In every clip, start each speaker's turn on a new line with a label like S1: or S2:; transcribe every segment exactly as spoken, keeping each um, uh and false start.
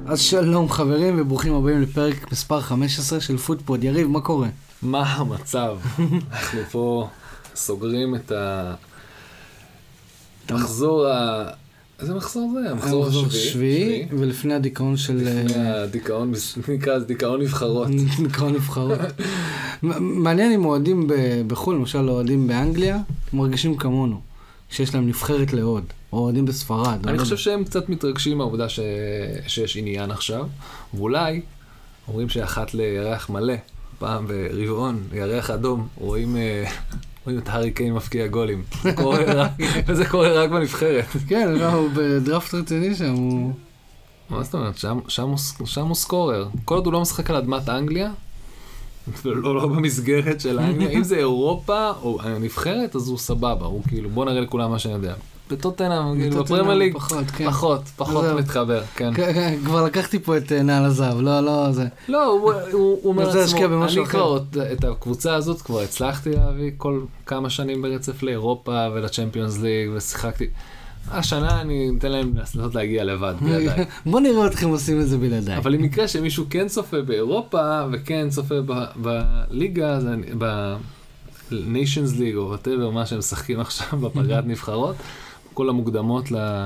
S1: אז שלום חברים וברוכים הבאים לפרק מספר חמש עשרה של פוטפוד. יריב, מה קורה?
S2: מה המצב? אנחנו פה סוגרים את המחזור ה... איזה מחזור זה? המחזור
S1: השביעי, ולפני הדיכאון של...
S2: לפני הדיכאון, נקרא דיכאון נבחרות.
S1: דיכאון נבחרות. מעניין אם אוהדים בחו"ל, למשל אוהדים באנגליה, מרגישים כמונו, שיש להם נבחרת לעוד, או אוהדים בספרד.
S2: אני חושב שהם קצת מתרגשים מהעובדה שיש עניין עכשיו, ואולי אומרים שאחת לירח מלא, פעם ברבעון, ירח אדום, רואים... רואים את הארי קיין מפקיע גולים. וזה קורה רק בנבחרת.
S1: כן, הוא בדראפט רציני שם, הוא...
S2: מה זאת אומרת? שם הוא סקורר. כל עוד הוא לא משחק על אדמת אנגליה, לא במסגרת של אנגליה. אם זה אירופה או הנבחרת, אז הוא סבבה. הוא כאילו, בוא נראה לכולם מה שאני יודע. בטוטנהאם, בפרמייר ליג, פחות, פחות מתחבר, כן.
S1: כבר לקחתי פה את נעל הזהב, לא, לא, זה...
S2: לא, הוא אומר לעצמו, אני כבר, את הקבוצה הזאת כבר הצלחתי להביא כל כמה שנים ברצף לאירופה ולצ'מפיונס ליג, ושיחקתי... השנה אני אתן להם לנסות להגיע לבד, בלעדיי.
S1: בוא נראה אתכם עושים את זה בלעדיי.
S2: אבל אם יקרה שמישהו כן צופה באירופה, וכן צופה בליגה, ב-Nations League או whatever, מה שהם משחקים עכשיו בפגרת נבחרות, כל המוקדמות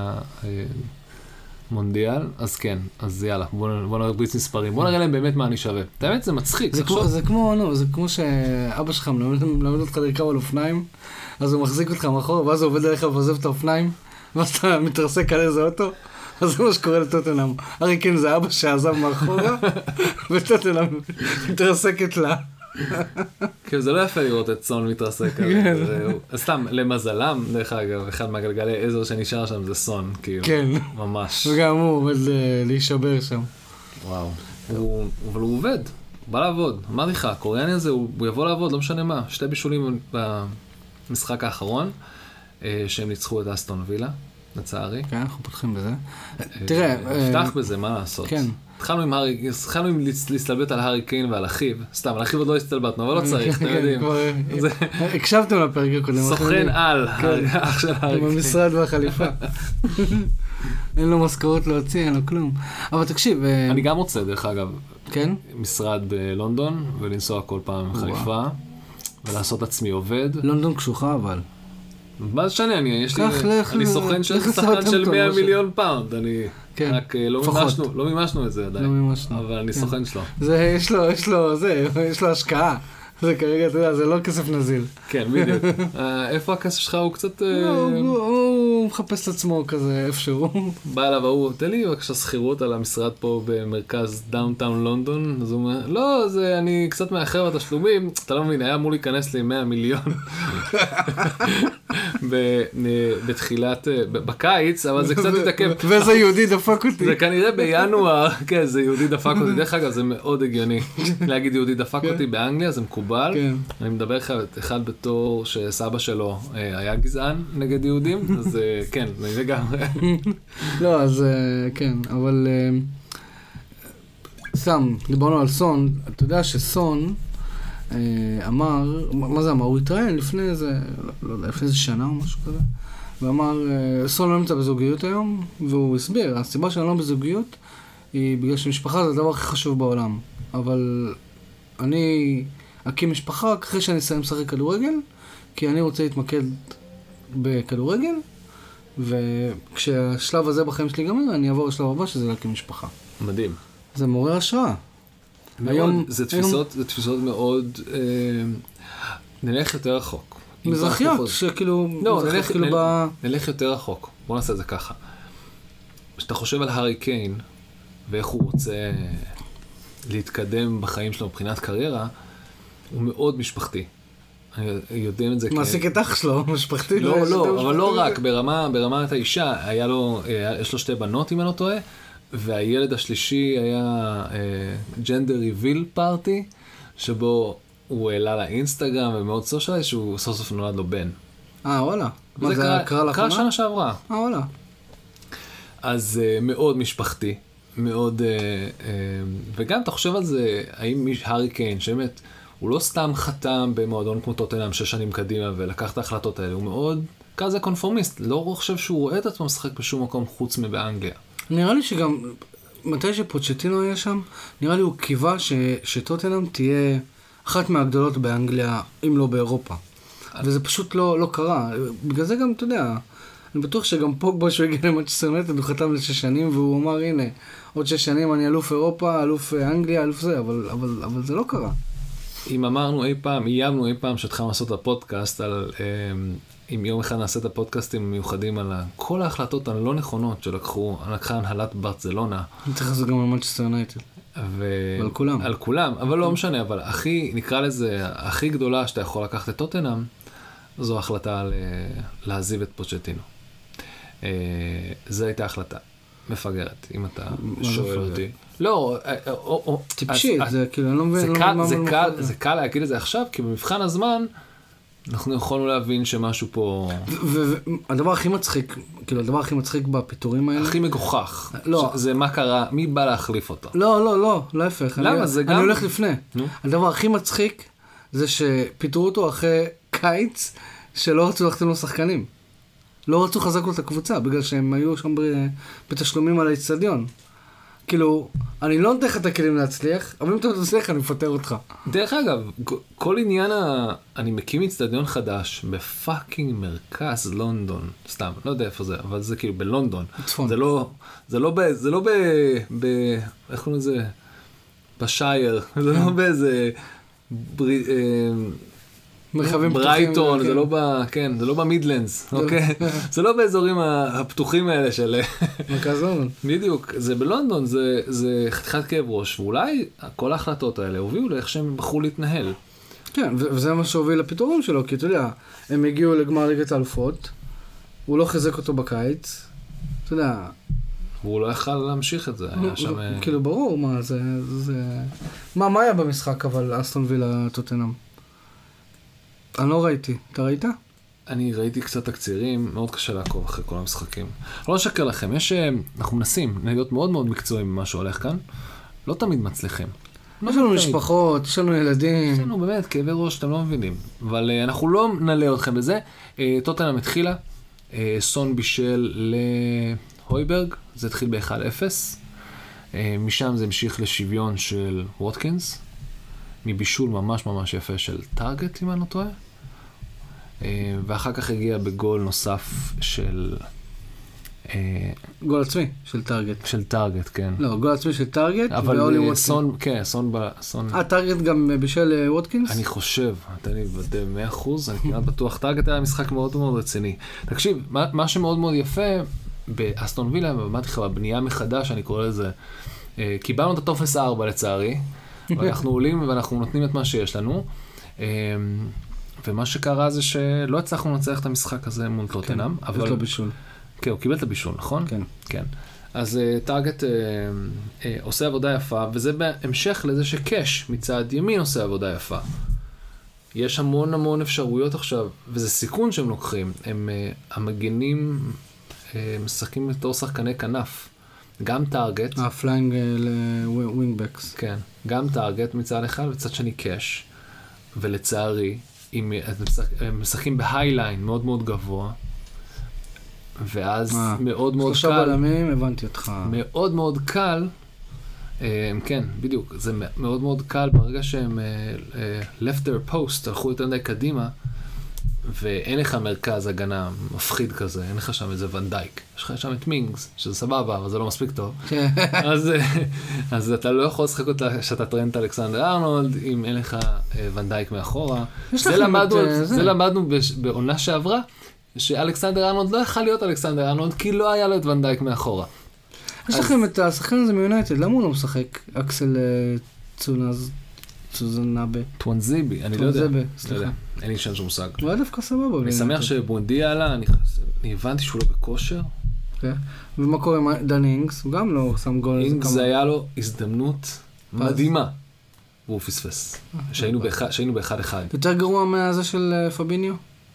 S2: למונדיאל, אז כן, אז יאללה, בוא נראה בריץ מספרים, בוא נראה להם באמת מה אני שווה. את האמת, זה מצחיק.
S1: זה כמו, נו, זה כמו שאבא שלך מלמד אותך לרכב על אופניים, אז הוא מחזיק אותך מאחור, ואז הוא עובד עליך ועוזב את האופניים, ואז אתה מתרסק על איזה אוטו, אז זה מה שקורה לטוטנהאם. הרי כן, זה אבא שעזב מאחורה, וטוטנהאם מתרסקת לה.
S2: כאילו זה לא יפה לראות את סון מתרסק. סתם, למזלם, דרך אגב, אחד מהגלגלי עזר שנשאר שם זה סון, כאילו.
S1: כן.
S2: ממש.
S1: וגם הוא עובד להישבר שם.
S2: וואו. אבל הוא עובד, הוא בא לעבוד. אמרתי לך, הקוריאני הזה, הוא יבוא לעבוד, לא משנה מה. שתי בישולים במשחק האחרון, שהם ניצחו את אסטון וילה, לצערי.
S1: כן, אנחנו פותחים בזה. תראה...
S2: נפתח בזה, מה לעשות?
S1: כן.
S2: התחלנו עם הארי, התחלנו עם להסתלבט על הארי קיין ועל אחיו. סתם, על אחיו עוד לא הסתלבטנו, אבל לא צריך, אתם יודעים.
S1: הקשבתם לפרק הקודם.
S2: סוכן על, אח של הארי קיין.
S1: עם המשרד והחליפה. אין לו משכורת להוציא, אין לו כלום. אבל תקשיב...
S2: אני גם רוצה, דרך אגב,
S1: כן?
S2: משרד בלונדון, ולנסוע כל פעם עם חליפה, ולעשות עצמי עובד.
S1: לונדון קשוחה, אבל.
S2: מה זה שני, אני, יש לי, אני סוכן של שחקן של מאה מיליון פאונד, אני רק לא מימשנו את זה עדיין, אבל אני סוכן שלו.
S1: זה, יש לו, יש לו, זה, יש לו השקעה. זה כרגע, אתה יודע, זה לא כסף נזיל.
S2: כן, בדיוק. איפה הכסף שלך? הוא קצת...
S1: הוא מחפש את עצמו כזה איפשהו.
S2: בא אליו, הוא, תן לי בבקשה שכירות על המשרד פה במרכז דאונטאון לונדון. אז הוא אומר, לא, זה אני קצת מאחר בתשלומים. אתה לא מבין, היה אמור להיכנס לי מאה מיליון בתחילת, בקיץ, אבל זה קצת התעכב.
S1: וזה יהודי דפק אותי.
S2: זה כנראה בינואר, כן, זה יהודי דפק אותי. דרך אגב, זה מאוד הגיוני. להגיד יהודי דפק אותי באנגליה, זה מקובל. כן. אני מדבר אחד בתור שסבא שלו היה גזען נגד יהודים, אז כן, זה גם...
S1: לא, אז כן, אבל סתם, דיברנו על סון, אתה יודע שסון אמר, מה זה אמר? הוא התראיין לפני איזה, לא יודע, לפני איזה שנה או משהו כזה, ואמר, סון לא נמצא בזוגיות היום, והוא הסביר, הסיבה שאני לא בזוגיות היא בגלל שמשפחה זה הדבר הכי חשוב בעולם, אבל אני... אקים משפחה אחרי שאני אסיים לשחק כדורגל, כי אני רוצה להתמקד בכדורגל, וכשהשלב הזה בחיים שלי גמר, אני אעבור לשלב הבא שזה להקים משפחה.
S2: מדהים.
S1: זה מעורר השראה.
S2: היום, זה תפיסות, זה תפיסות מאוד, אה, נלך יותר רחוק.
S1: מזרחיות, שכאילו,
S2: לא, נלך, כאילו נל, ב... נלך יותר רחוק. בוא נעשה את זה ככה. כשאתה חושב על הארי קיין, ואיך הוא רוצה להתקדם בחיים שלו מבחינת קריירה, הוא מאוד משפחתי. יודעים את זה.
S1: מעסיק את אח שלו, משפחתי.
S2: לא, לא, אבל לא רק, ברמה, ברמת האישה, היה לו, יש לו שתי בנות, אם אני לא טועה, והילד השלישי היה ג'נדר ריביל פארטי, שבו הוא העלה לאינסטגרם ומאוד סושיאלי, שהוא סוף סוף נולד לו בן.
S1: אה, וואלה.
S2: מה זה קרה לאחרונה? קרה שנה שעברה.
S1: אה, וואלה.
S2: אז מאוד משפחתי. מאוד, וגם אתה חושב על זה, האם הארי קיין, שבאמת, הוא לא סתם חתם במועדון כמו טוטנהאם שש שנים קדימה ולקח את ההחלטות האלה, הוא מאוד כזה קונפורמיסט, לא חושב שהוא רואה את עצמו משחק בשום מקום חוץ מבאנגליה.
S1: נראה לי שגם מתי שפוצ'טינו היה שם, נראה לי הוא קיווה ש, שטוטנהאם תהיה אחת מהגדולות באנגליה, אם לא באירופה. וזה פשוט לא, לא קרה. בגלל זה גם, אתה יודע, אני בטוח שגם פוגבה שהוא הגיע למנצ'סטר יונייטד, הוא חתם לשש שנים, והוא אמר, הנה, עוד שש שנים אני אלוף אירופה, אלוף אנגליה, אלוף זה, אבל, אבל, אבל זה לא קרה.
S2: אם אמרנו אי פעם, איימנו אי פעם שהתחלנו לעשות את הפודקאסט על... אם יום אחד נעשה את הפודקאסטים מיוחדים על כל ההחלטות הלא נכונות שלקחו, לקחה הנהלת ברצלונה.
S1: אני צריך לעשות גם על מנצ'סטר יונייטד.
S2: ו...
S1: ועל כולם.
S2: על כולם, אבל לא משנה, אבל הכי, נקרא לזה, הכי גדולה שאתה יכול לקחת את טוטנהאם, זו החלטה ל... לעזיב את פוצ'טינו. זו הייתה החלטה מפגרת, אם אתה שואל אותי. לא,
S1: טיפשית, זה כאילו, אני לא מבין.
S2: זה קל להגיד את זה עכשיו, כי במבחן הזמן, אנחנו יכולנו להבין שמשהו פה...
S1: והדבר הכי מצחיק, כאילו, הדבר הכי מצחיק בפיתורים האלה...
S2: הכי מגוחך. זה מה קרה, מי בא להחליף אותו?
S1: לא, לא, לא, לא הפך.
S2: למה? זה גם...
S1: אני הולך לפני. הדבר הכי מצחיק זה שפיתרו אותו אחרי קיץ, שלא רצו להחתים לו שחקנים. לא רצו חזק לו את הקבוצה, בגלל שהם היו שם בתשלומים על האצטדיון. כאילו, אני לא נותן לך את הכלים להצליח, אבל אם אתה תצליח, אני מפטר אותך.
S2: דרך אגב, כל עניין ה... אני מקים אצטדיון חדש בפאקינג מרכז לונדון, סתם, לא יודע איפה זה, אבל זה כאילו בלונדון.
S1: צפון.
S2: זה לא, זה לא ב... זה לא ב... ב... איך קוראים לזה? בשייר. זה לא באיזה... ברי...
S1: מרחבים פתוחים.
S2: ברייטון, זה לא ב... כן, זה לא במידלנדס, אוקיי? זה לא באזורים הפתוחים האלה של...
S1: מרכז לונדון.
S2: בדיוק, זה בלונדון, זה חתיכת כאב ראש, ואולי כל ההחלטות האלה הובילו לאיך שהם בחרו להתנהל.
S1: כן, וזה מה שהוביל לפיתורים שלו, כי אתה יודע, הם הגיעו לגמר ליגת האלופות, הוא לא חיזק אותו בקיץ, אתה יודע...
S2: והוא לא יכל להמשיך את זה, היה שם...
S1: כאילו, ברור, מה זה... מה, מה היה במשחק, אבל אסטון וילה טוטנהאם? אני לא ראיתי. אתה ראית?
S2: אני ראיתי קצת תקצירים, מאוד קשה לעקוב אחרי כל המשחקים. לא אשקר לכם, יש... אנחנו מנסים להיות מאוד מאוד מקצועיים במה שהולך כאן, לא תמיד מצליחים.
S1: יש לנו משפחות, יש לנו ילדים.
S2: יש לנו באמת כאבי ראש, אתם לא מבינים. אבל אנחנו לא נעלה אתכם בזה. טוטנהאם התחילה, סון בישל להויברג, זה התחיל ב-אחד אפס. משם זה המשיך לשוויון של ווטקינס. מבישול ממש ממש יפה של טארגט, אם אני לא טועה. ואחר כך הגיע בגול נוסף של...
S1: גול עצמי של טארגט.
S2: של טארגט, כן.
S1: לא, גול עצמי של טארגט
S2: ואולי ווטקינס. סון, כן, סון ב...
S1: אה, טארגט גם בשל ווטקינס?
S2: אני חושב, תן לי בדי מאה אחוז, אני כמעט בטוח, טארגט היה משחק מאוד מאוד רציני. תקשיב, מה שמאוד מאוד יפה באסטון וילה, ובאמת בבנייה מחדש, אני קורא לזה, קיבלנו את הטופס ארבע לצערי, ואנחנו עולים ואנחנו נותנים את מה שיש לנו. ומה שקרה זה שלא הצלחנו לנצח את המשחק הזה מול טוטנהאם.
S1: כן, יש לו בישול.
S2: כן, הוא קיבל את הבישול, נכון?
S1: כן.
S2: כן. אז טארגט עושה עבודה יפה, וזה בהמשך לזה שקש מצד ימין עושה עבודה יפה. יש המון המון אפשרויות עכשיו, וזה סיכון שהם לוקחים. הם המגנים משחקים בתור שחקני כנף. גם טארגט.
S1: הפליינג לווינגבקס.
S2: כן, גם טארגט מצד אחד וצד שני קש. ולצערי, הם משחקים בהייליין מאוד מאוד גבוה, ואז מאוד מאוד קל.
S1: שלושה בלמים, הבנתי אותך.
S2: מאוד מאוד קל, כן, בדיוק, זה מאוד מאוד קל ברגע שהם left their post, הלכו יותר די קדימה, ואין לך מרכז הגנה מפחיד כזה, אין לך שם איזה ונדייק. יש לך שם את מינגס, שזה סבבה, אבל זה לא מספיק טוב. אז, אז אתה לא יכול לשחק אותה שאתה טרנט אלכסנדר ארנולד, אם אין לך ונדייק מאחורה. זה למדנו, זה. זה למדנו בעונה שעברה, שאלכסנדר ארנולד לא יכל להיות אלכסנדר ארנולד, כי לא היה לו את ונדייק מאחורה.
S1: יש לכם את השחקן הזה מיונייטד, למה הוא לא משחק? אקסל צונז. צוזנאבה.
S2: טוונזיבי, אני לא יודע. סליחה. אין לי שם שום מושג.
S1: הוא היה דווקא סבבה.
S2: אני שמח שבונדיה עלה, אני הבנתי שהוא לא בכושר.
S1: ומה קורה עם דן אינגס? הוא גם לא שם גול.
S2: אינגס זה היה לו הזדמנות מדהימה. והוא פספס. שהיינו באחד אחד.
S1: יותר גרוע מהזה של פביניו?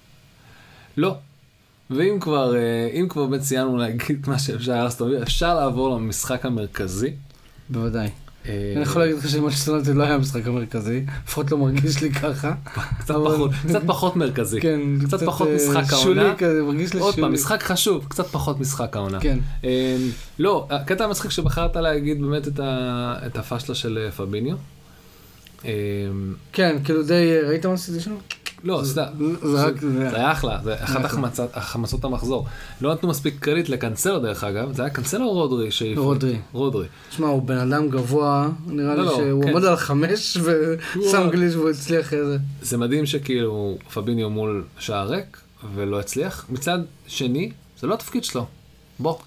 S2: לא. ואם כבר, אם כבר באמת ציינו להגיד מה שאפשר לעשות, אפשר לעבור למשחק המרכזי.
S1: בוודאי. אני יכול להגיד לך שמנצ'סטר יונייטד לא היה המשחק המרכזי, לפחות לא מרגיש לי ככה.
S2: קצת פחות מרכזי.
S1: כן,
S2: קצת פחות משחק העונה.
S1: שולי כזה, מרגיש לי שולי.
S2: עוד פעם, משחק חשוב, קצת פחות משחק העונה.
S1: כן.
S2: לא, הקטע המצחיק שבחרת להגיד באמת את הפשלה של פביניו.
S1: כן, כאילו די, ראית מה עשיתי שם?
S2: לא, סתם, זה היה אחלה, זה אחת החמצות המחזור. לא נתנו מספיק קרדיט לקנסלו דרך אגב, זה היה קנסלו או רודרי שהעיפו?
S1: רודרי.
S2: רודרי.
S1: תשמע, הוא בן אדם גבוה, נראה לי שהוא עמוד על חמש ושם גליש והוא הצליח איזה.
S2: זה מדהים שכאילו פביניו מול שער ריק ולא הצליח. מצד שני, זה לא התפקיד שלו. בוא.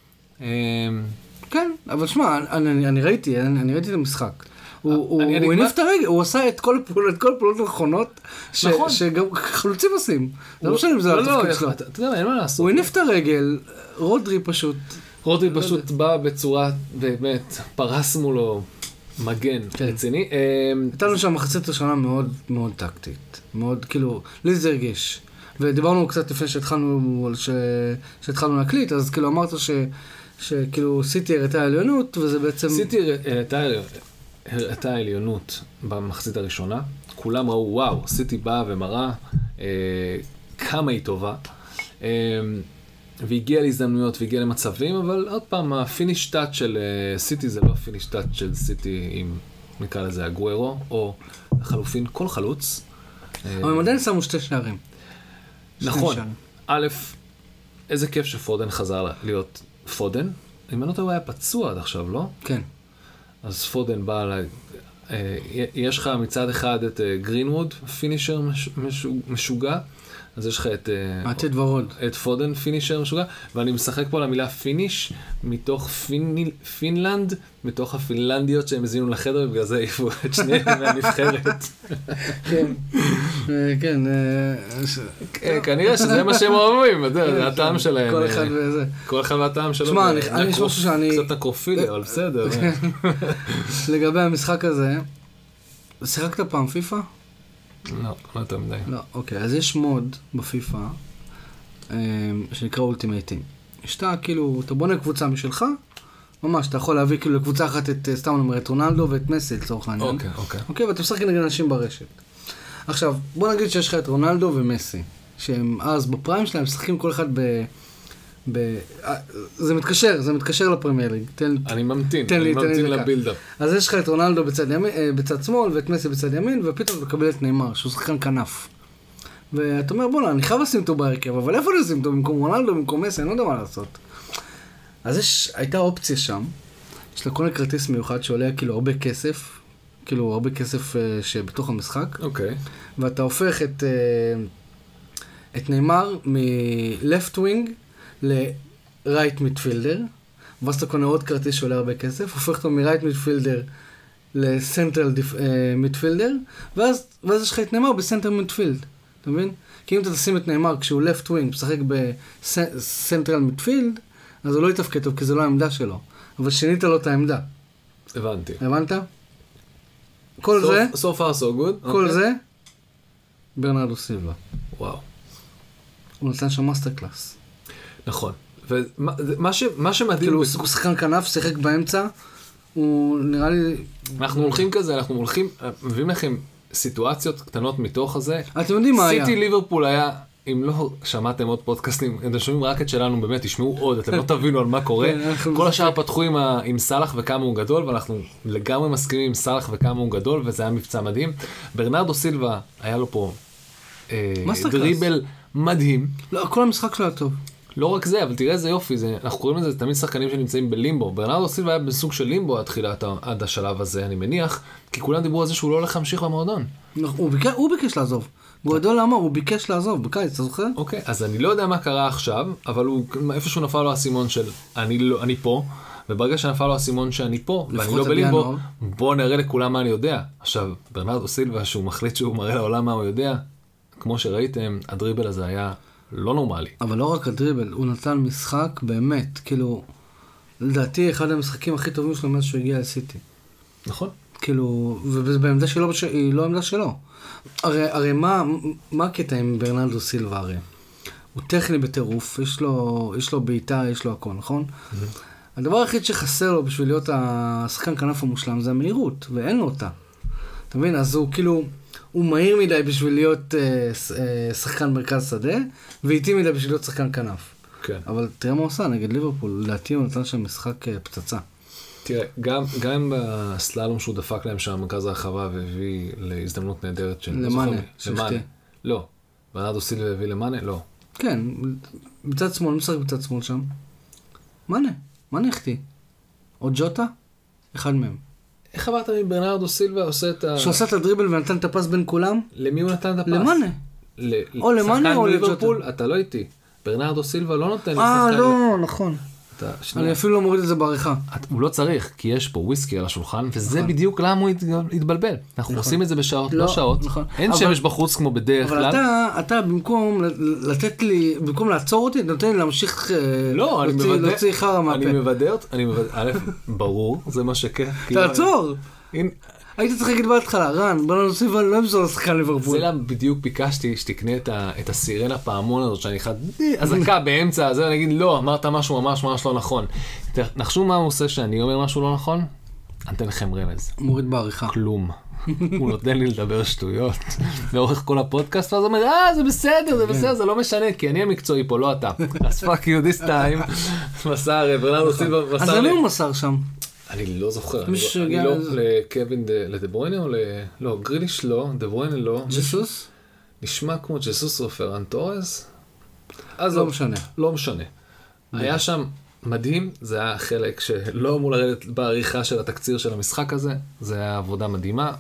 S1: כן, אבל שמע, אני ראיתי, אני ראיתי את המשחק. הוא הניף את הרגל, הוא עשה את כל הפעולות הנכונות שגם חלוצים עושים. זה לא משנה אם זה התפקיד שלו.
S2: אתה יודע מה, אין מה לעשות.
S1: הוא הניף את הרגל, רודרי פשוט.
S2: רודרי פשוט בא בצורה, באמת, פרס מולו מגן רציני.
S1: הייתה לנו שם מחצית השנה מאוד מאוד טקטית. מאוד, כאילו, לי זה הרגיש. ודיברנו קצת לפני שהתחלנו להקליט, אז כאילו אמרת שכאילו סיטי הראתה עליונות, וזה בעצם...
S2: סיטי הראתה הראתה עליונות במחצית הראשונה, כולם ראו וואו, סיטי באה ומראה אה, כמה היא טובה, אה, והגיעה להזדמנויות והגיעה למצבים, אבל עוד פעם, הפיניש טאט של אה, סיטי זה לא הפיניש טאט של סיטי עם, נקרא לזה, אגוארו, או לחלופין, כל חלוץ.
S1: אבל הם עדיין שמו שתי שערים.
S2: נכון. א', איזה כיף שפודן חזר להיות פודן. אם אני לא טועה, הוא היה פצוע עד עכשיו, לא?
S1: כן.
S2: אז פודן בא עליי, יש לך מצד אחד את גרינווד, פינישר משוגע, אז יש לך את...
S1: עתיד ורוד.
S2: את פודן, פינישר משוגע, ואני משחק פה על המילה פיניש, מתוך פינלנד, מתוך הפינלנדיות שהם הזינו לחדר, ובגלל זה העיפו את שניהם מהנבחרת.
S1: כן, כן.
S2: כנראה שזה מה שהם אוהבים, זה הטעם שלהם.
S1: כל אחד וזה.
S2: כל אחד והטעם שלו.
S1: תשמע, אני יש משהו שאני...
S2: קצת נקרופילי, אבל בסדר.
S1: לגבי המשחק הזה, שיחקת פעם פיפה?
S2: לא, לא יותר מדי.
S1: לא, אוקיי, אז יש מוד בפיפה שנקרא אולטימייטים. שאתה כאילו, אתה בונה קבוצה משלך, ממש, אתה יכול להביא כאילו לקבוצה אחת את, סתם נאמר, את רונלדו ואת מסי לצורך העניין.
S2: אוקיי, אוקיי.
S1: אוקיי, ואתה משחק נגד אנשים ברשת. עכשיו, בוא נגיד שיש לך את רונלדו ומסי, שהם אז בפריים שלהם משחקים כל אחד ב... ב... זה מתקשר, זה מתקשר לפרמייר ליג.
S2: אני ממתין, אני ממתין לבילדאפ.
S1: אז יש לך את רונלדו בצד, ימין, בצד שמאל ואת מסי בצד ימין, ופתאום אתה מקבל את ניימר, שהוא שחקן כנף. ואתה אומר, בוא, אני חייב לשים אותו בהרכב, אבל איפה לשים אותו? במקום רונלדו, במקום מסי, אני לא יודע מה לעשות. אז יש, הייתה אופציה שם, יש לה כל כרטיס מיוחד שעולה כאילו הרבה כסף, כאילו הרבה כסף uh, שבתוך המשחק.
S2: אוקיי.
S1: ואתה הופך את, uh, את ניימר מ-left wing ל-right midfielder, ואז אתה קונה עוד כרטיס שעולה הרבה כסף, הופך אותו מ-right midfielder ל-central uh, midfielder, ואז, ואז יש לך את ניימר ב-center midfield, אתה מבין? כי אם אתה תשים את ניימר כשהוא left wing, משחק ב-central midfield, אז הוא לא יתפקד טוב, כי זה לא העמדה שלו. אבל שינית לו את העמדה.
S2: הבנתי.
S1: הבנת? כל זה...
S2: So far so good.
S1: כל זה, ברנרדו סילבה.
S2: וואו.
S1: הוא נתן שם מאסטר קלאס.
S2: נכון. ומה שמדהים...
S1: כאילו, הוא שחקן כנף, שיחק באמצע, הוא נראה לי...
S2: אנחנו הולכים כזה, אנחנו הולכים, מביאים לכם סיטואציות קטנות מתוך הזה.
S1: אתם יודעים מה היה?
S2: סיטי ליברפול היה... אם לא שמעתם עוד פודקאסטים, אתם שומעים רק את שלנו, באמת, תשמעו עוד, אתם לא תבינו על מה קורה. כל השאר פתחו עם, ה, עם סלח וכמה הוא גדול, ואנחנו לגמרי מסכימים עם סלח וכמה הוא גדול, וזה היה מבצע מדהים. ברנרדו סילבה, היה לו פה אה, דריבל מדהים.
S1: לא, כל המשחק שלו היה טוב.
S2: לא רק זה, אבל תראה איזה יופי, זה, אנחנו קוראים לזה תמיד שחקנים שנמצאים בלימבו. ברנרדו סילבה היה בסוג של לימבו עד תחילת, עד השלב הזה, אני מניח, כי כולם דיברו על זה שהוא לא הולך להמשיך במועדון.
S1: הוא ביקש, הוא ביקש לעזוב. גוארדיולה למה? הוא ביקש לעזוב בקיץ, אתה זוכר?
S2: אוקיי, אז אני לא יודע מה קרה עכשיו, אבל הוא, איפשהו נפל לו הסימון של אני, לא, אני פה, וברגע שנפל לו הסימון שאני פה, ואני לא בלימבו, בוא נראה לכולם מה אני יודע. עכשיו, ברנרדו סילבה, שהוא מחליט שהוא מראה לעולם מה הוא יודע, כמו שראיתם, הדריבל הזה היה לא נורמלי.
S1: אבל לא רק הדריבל, הוא נתן משחק באמת, כאילו, לדעתי אחד המשחקים הכי טובים שלו מאז שהוא הגיע לסיטי.
S2: נכון.
S1: כאילו, ובעמדה שלו, היא לא עמדה שלו. הרי, הרי מה, מה הקטע עם ברנרדו סילבה הרי? הוא טכני בטירוף, יש לו, יש לו בעיטה, יש לו הכל, נכון? Mm-hmm. הדבר היחיד שחסר לו בשביל להיות השחקן כנף המושלם זה המהירות, ואין לו אותה. אתה מבין? אז הוא כאילו, הוא מהיר מדי בשביל להיות אה, אה, שחקן מרכז שדה, ואיטי מדי בשביל להיות שחקן כנף.
S2: כן.
S1: אבל תראה מה עושה נגד ליברפול, לדעתי הוא נתן שם משחק אה, פצצה.
S2: תראה, גם, גם בסללום שהוא דפק להם שם מרכז הרחבה והביא להזדמנות נהדרת של...
S1: למאנה,
S2: למאנה. לא. ברנרדו סילבה הביא למאנה? לא.
S1: כן, בצד שמאל, משחק בצד שמאל שם. מאנה, מאנה החטיא. או ג'וטה? אחד מהם.
S2: איך עברת מברנרדו סילבה עושה את ה...
S1: שעושה את הדריבל ונתן את הפס בין כולם?
S2: למי הוא נתן את הפס?
S1: למאנה. או למאנה או לג'וטה.
S2: ליברפול, אתה לא איתי. ברנרדו סילבה לא נותן לשחקן...
S1: אה, לא, נכון.
S2: אתה,
S1: אני אפילו לא מוריד את זה בעריכה.
S2: הוא לא צריך, כי יש פה וויסקי על השולחן, וזה בדיוק למה הוא התבלבל. אנחנו עושים את זה בשעות, לא שעות. אין שמש בחוץ כמו בדרך כלל.
S1: אבל אתה, במקום לתת לי, במקום לעצור אותי, נותן לי להמשיך להוציא חרא מהפה.
S2: אני מוודא אותך, אני מוודא, א', ברור, זה מה שכן.
S1: תעצור! היית צריך להגיד בהתחלה, רן, בוא נוסיף, לא ימסור לשחקן ליברפול.
S2: זה למה בדיוק ביקשתי שתקנה את הסירנה פעמון הזאת, שאני אחד, הזקה באמצע, זה אני אגיד, לא, אמרת משהו ממש ממש לא נכון. נחשו מה הוא עושה שאני אומר משהו לא נכון? אני אתן לכם רמז.
S1: מוריד בעריכה.
S2: כלום. הוא נותן לי לדבר שטויות לאורך כל הפודקאסט, ואז הוא אומר, אה, זה בסדר, זה בסדר, זה לא משנה, כי אני המקצועי פה, לא אתה. אז fuck you this time. מסר, ברנרדו סילבה, מסר.
S1: אז למי הוא מסר שם?
S2: אני לא זוכר, אני לא לקווין, לדברוינה או ל... לא, גריליש לא, דברוינה לא.
S1: ג'סוס?
S2: נשמע כמו ג'סוס או פרן טורס.
S1: אז לא משנה.
S2: לא משנה. היה שם מדהים, זה היה חלק שלא אמור לרדת בעריכה של התקציר של המשחק הזה, זה היה עבודה מדהימה.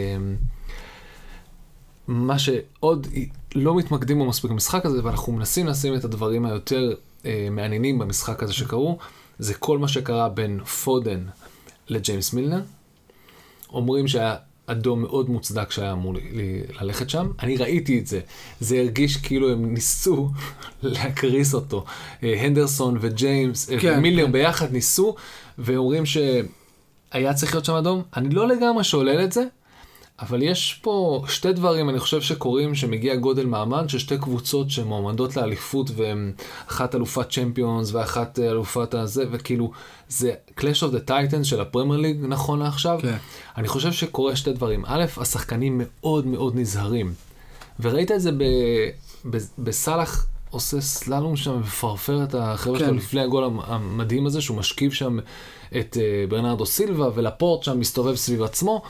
S2: מה שעוד לא מתמקדים בו מספיק במשחק הזה, ואנחנו מנסים לשים את הדברים היותר מעניינים במשחק הזה שקרו, זה כל מה שקרה בין פודן לג'יימס מילנר. אומרים שהיה אדום מאוד מוצדק שהיה אמור ללכת שם. אני ראיתי את זה. זה הרגיש כאילו הם ניסו להקריס אותו. הנדרסון וג'יימס, כן, מילנר כן. ביחד ניסו, ואומרים שהיה צריך להיות שם אדום. אני לא לגמרי שולל את זה, אבל יש פה שתי דברים, אני חושב שקורים, שמגיע גודל מעמד, ששתי קבוצות שמועמדות לאליפות, והן אחת אלופת צ'מפיונס, ואחת אלופת הזה, וכאילו, זה Clash of the Titans של הפרמייר ליג, נכון לעכשיו. כן. אני חושב שקורה שתי דברים. א', השחקנים מאוד מאוד נזהרים. וראית את זה ב... ב... בסלח עושה סללום שם, ופרפר את החבר'ה כן. שלו לפני הגול המדהים הזה, שהוא משכיב שם את ברנרדו סילבה, ולפורט שם מסתובב סביב עצמו,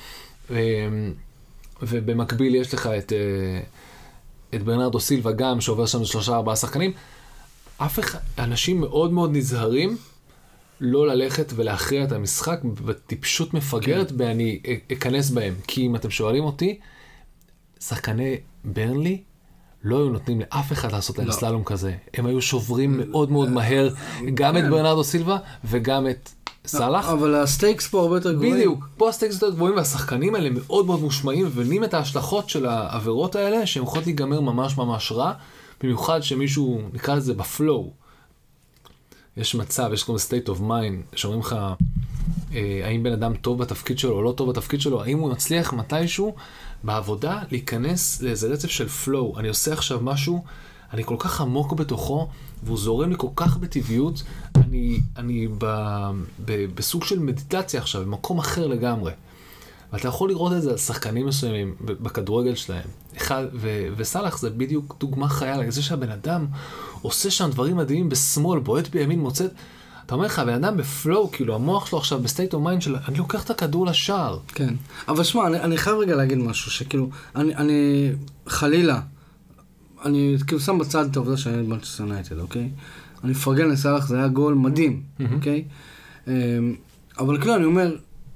S2: ובמקביל יש לך את, את ברנרדו סילבה גם, שעובר שם שלושה ארבעה שחקנים. אף אחד, אנשים מאוד מאוד נזהרים לא ללכת ולהכריע את המשחק בטיפשות מפגרת, ואני אכנס בהם. כי אם אתם שואלים אותי, שחקני ברנלי לא היו נותנים לאף אחד לעשות להם סללום כזה. הם היו שוברים מאוד מאוד מהר, גם את ברנרדו סילבה וגם את סלח.
S1: אבל הסטייקס פה הרבה יותר גבוהים.
S2: בדיוק, פה הסטייקס יותר גבוהים, והשחקנים האלה מאוד מאוד מושמעים, ובנים את ההשלכות של העבירות האלה, שהן יכולות להיגמר ממש ממש רע, במיוחד שמישהו, נקרא לזה בפלואו. יש מצב, יש כמו state of mind, שאומרים לך, אה, האם בן אדם טוב בתפקיד שלו או לא טוב בתפקיד שלו, האם הוא מצליח מתישהו בעבודה להיכנס לאיזה רצף של פלואו. אני עושה עכשיו משהו, אני כל כך עמוק בתוכו, והוא זורם לי כל כך בטבעיות, אני, אני ב, ב, בסוג של מדיטציה עכשיו, במקום אחר לגמרי. ואתה יכול לראות את זה על שחקנים מסוימים בכדורגל שלהם. אחד, ו, וסלח זה בדיוק דוגמה חיה, זה שהבן אדם עושה שם דברים מדהימים בשמאל, בועט בימין, מוצאת. אתה אומר לך, הבן אדם בפלואו, כאילו המוח שלו עכשיו בסטייט אוף מיינד של, אני לוקח את הכדור לשער.
S1: כן, אבל שמע, אני, אני חייב רגע להגיד משהו, שכאילו, אני, אני חלילה, אני כאילו שם בצד את העובדה שאני מנצ'סטר יונייטד, אוקיי? אני מפרגן לסלח, זה היה גול מדהים, אוקיי? אבל כאילו אני אומר,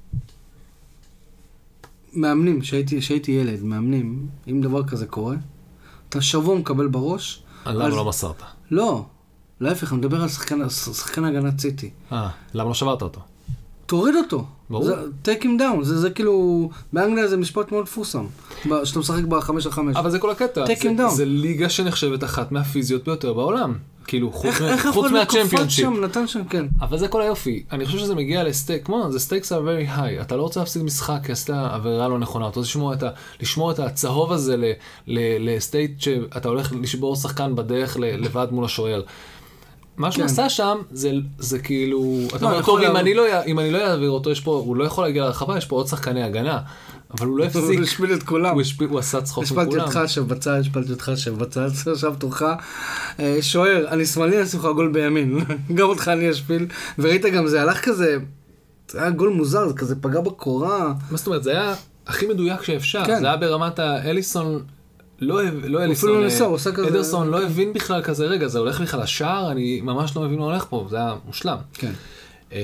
S1: מאמנים, שהייתי, שהייתי ילד, מאמנים, אם דבר כזה קורה, אתה שבוע מקבל בראש.
S2: למה לא מסרת?
S1: לא, להפך, אני מדבר על שחקן, שחקן הגנת סיטי.
S2: אה, למה לא שברת אותו?
S1: תוריד אותו.
S2: ברור.
S1: זה, take him down, זה, זה כאילו, באנגליה זה משפט מאוד פורסם, שאתה משחק בחמש על חמש.
S2: אבל זה כל הקטע.
S1: take
S2: זה,
S1: him down.
S2: זה ליגה שנחשבת אחת מהפיזיות ביותר בעולם. כאילו, חוץ, חוץ מהצ'מפיונשיפ.
S1: שם, נתן שם, כן.
S2: אבל זה כל היופי. אני חושב שזה מגיע לסטייק, כמו, זה stakes are very high. אתה לא רוצה להפסיד משחק, כי עשית עבירה לא נכונה. אתה רוצה לשמור את, ה, לשמור את הצהוב הזה לסטייט שאתה הולך לשבור שחקן בדרך לבד מול השוער. מה שהוא
S1: כן.
S2: עשה שם, זה, זה כאילו, אתה
S1: לא,
S2: אומר,
S1: יכול
S2: טוב, אם
S1: לה-
S2: אני לא, י- אם אני לא אעביר אותו, יש פה, הוא לא יכול להגיע לרחבה, יש פה עוד שחקני הגנה, אבל הוא לא הפסיק,
S1: הוא השפיל את כולם.
S2: הוא השפיל, הוא עשה צחוק
S1: השפלתי
S2: מכולם.
S1: אותך שבצד, השפלתי אותך שבצד, עכשיו תורך. אה, שוער, אני שמאלי, אני אשים לך גול בימין. גם אותך אני אשפיל. וראית גם, זה הלך כזה, זה היה גול מוזר, זה כזה פגע בקורה.
S2: מה זאת אומרת, זה היה הכי מדויק שאפשר,
S1: כן.
S2: זה היה ברמת האליסון, לא, הב- לא אליסון,
S1: אפילו לא ניסה, הוא עושה כזה-
S2: אדרסון לא הבין בכלל כזה, רגע, זה הולך בכלל לשער, אני ממש לא מבין מה הולך פה, זה היה מושלם.
S1: כן.
S2: אמ,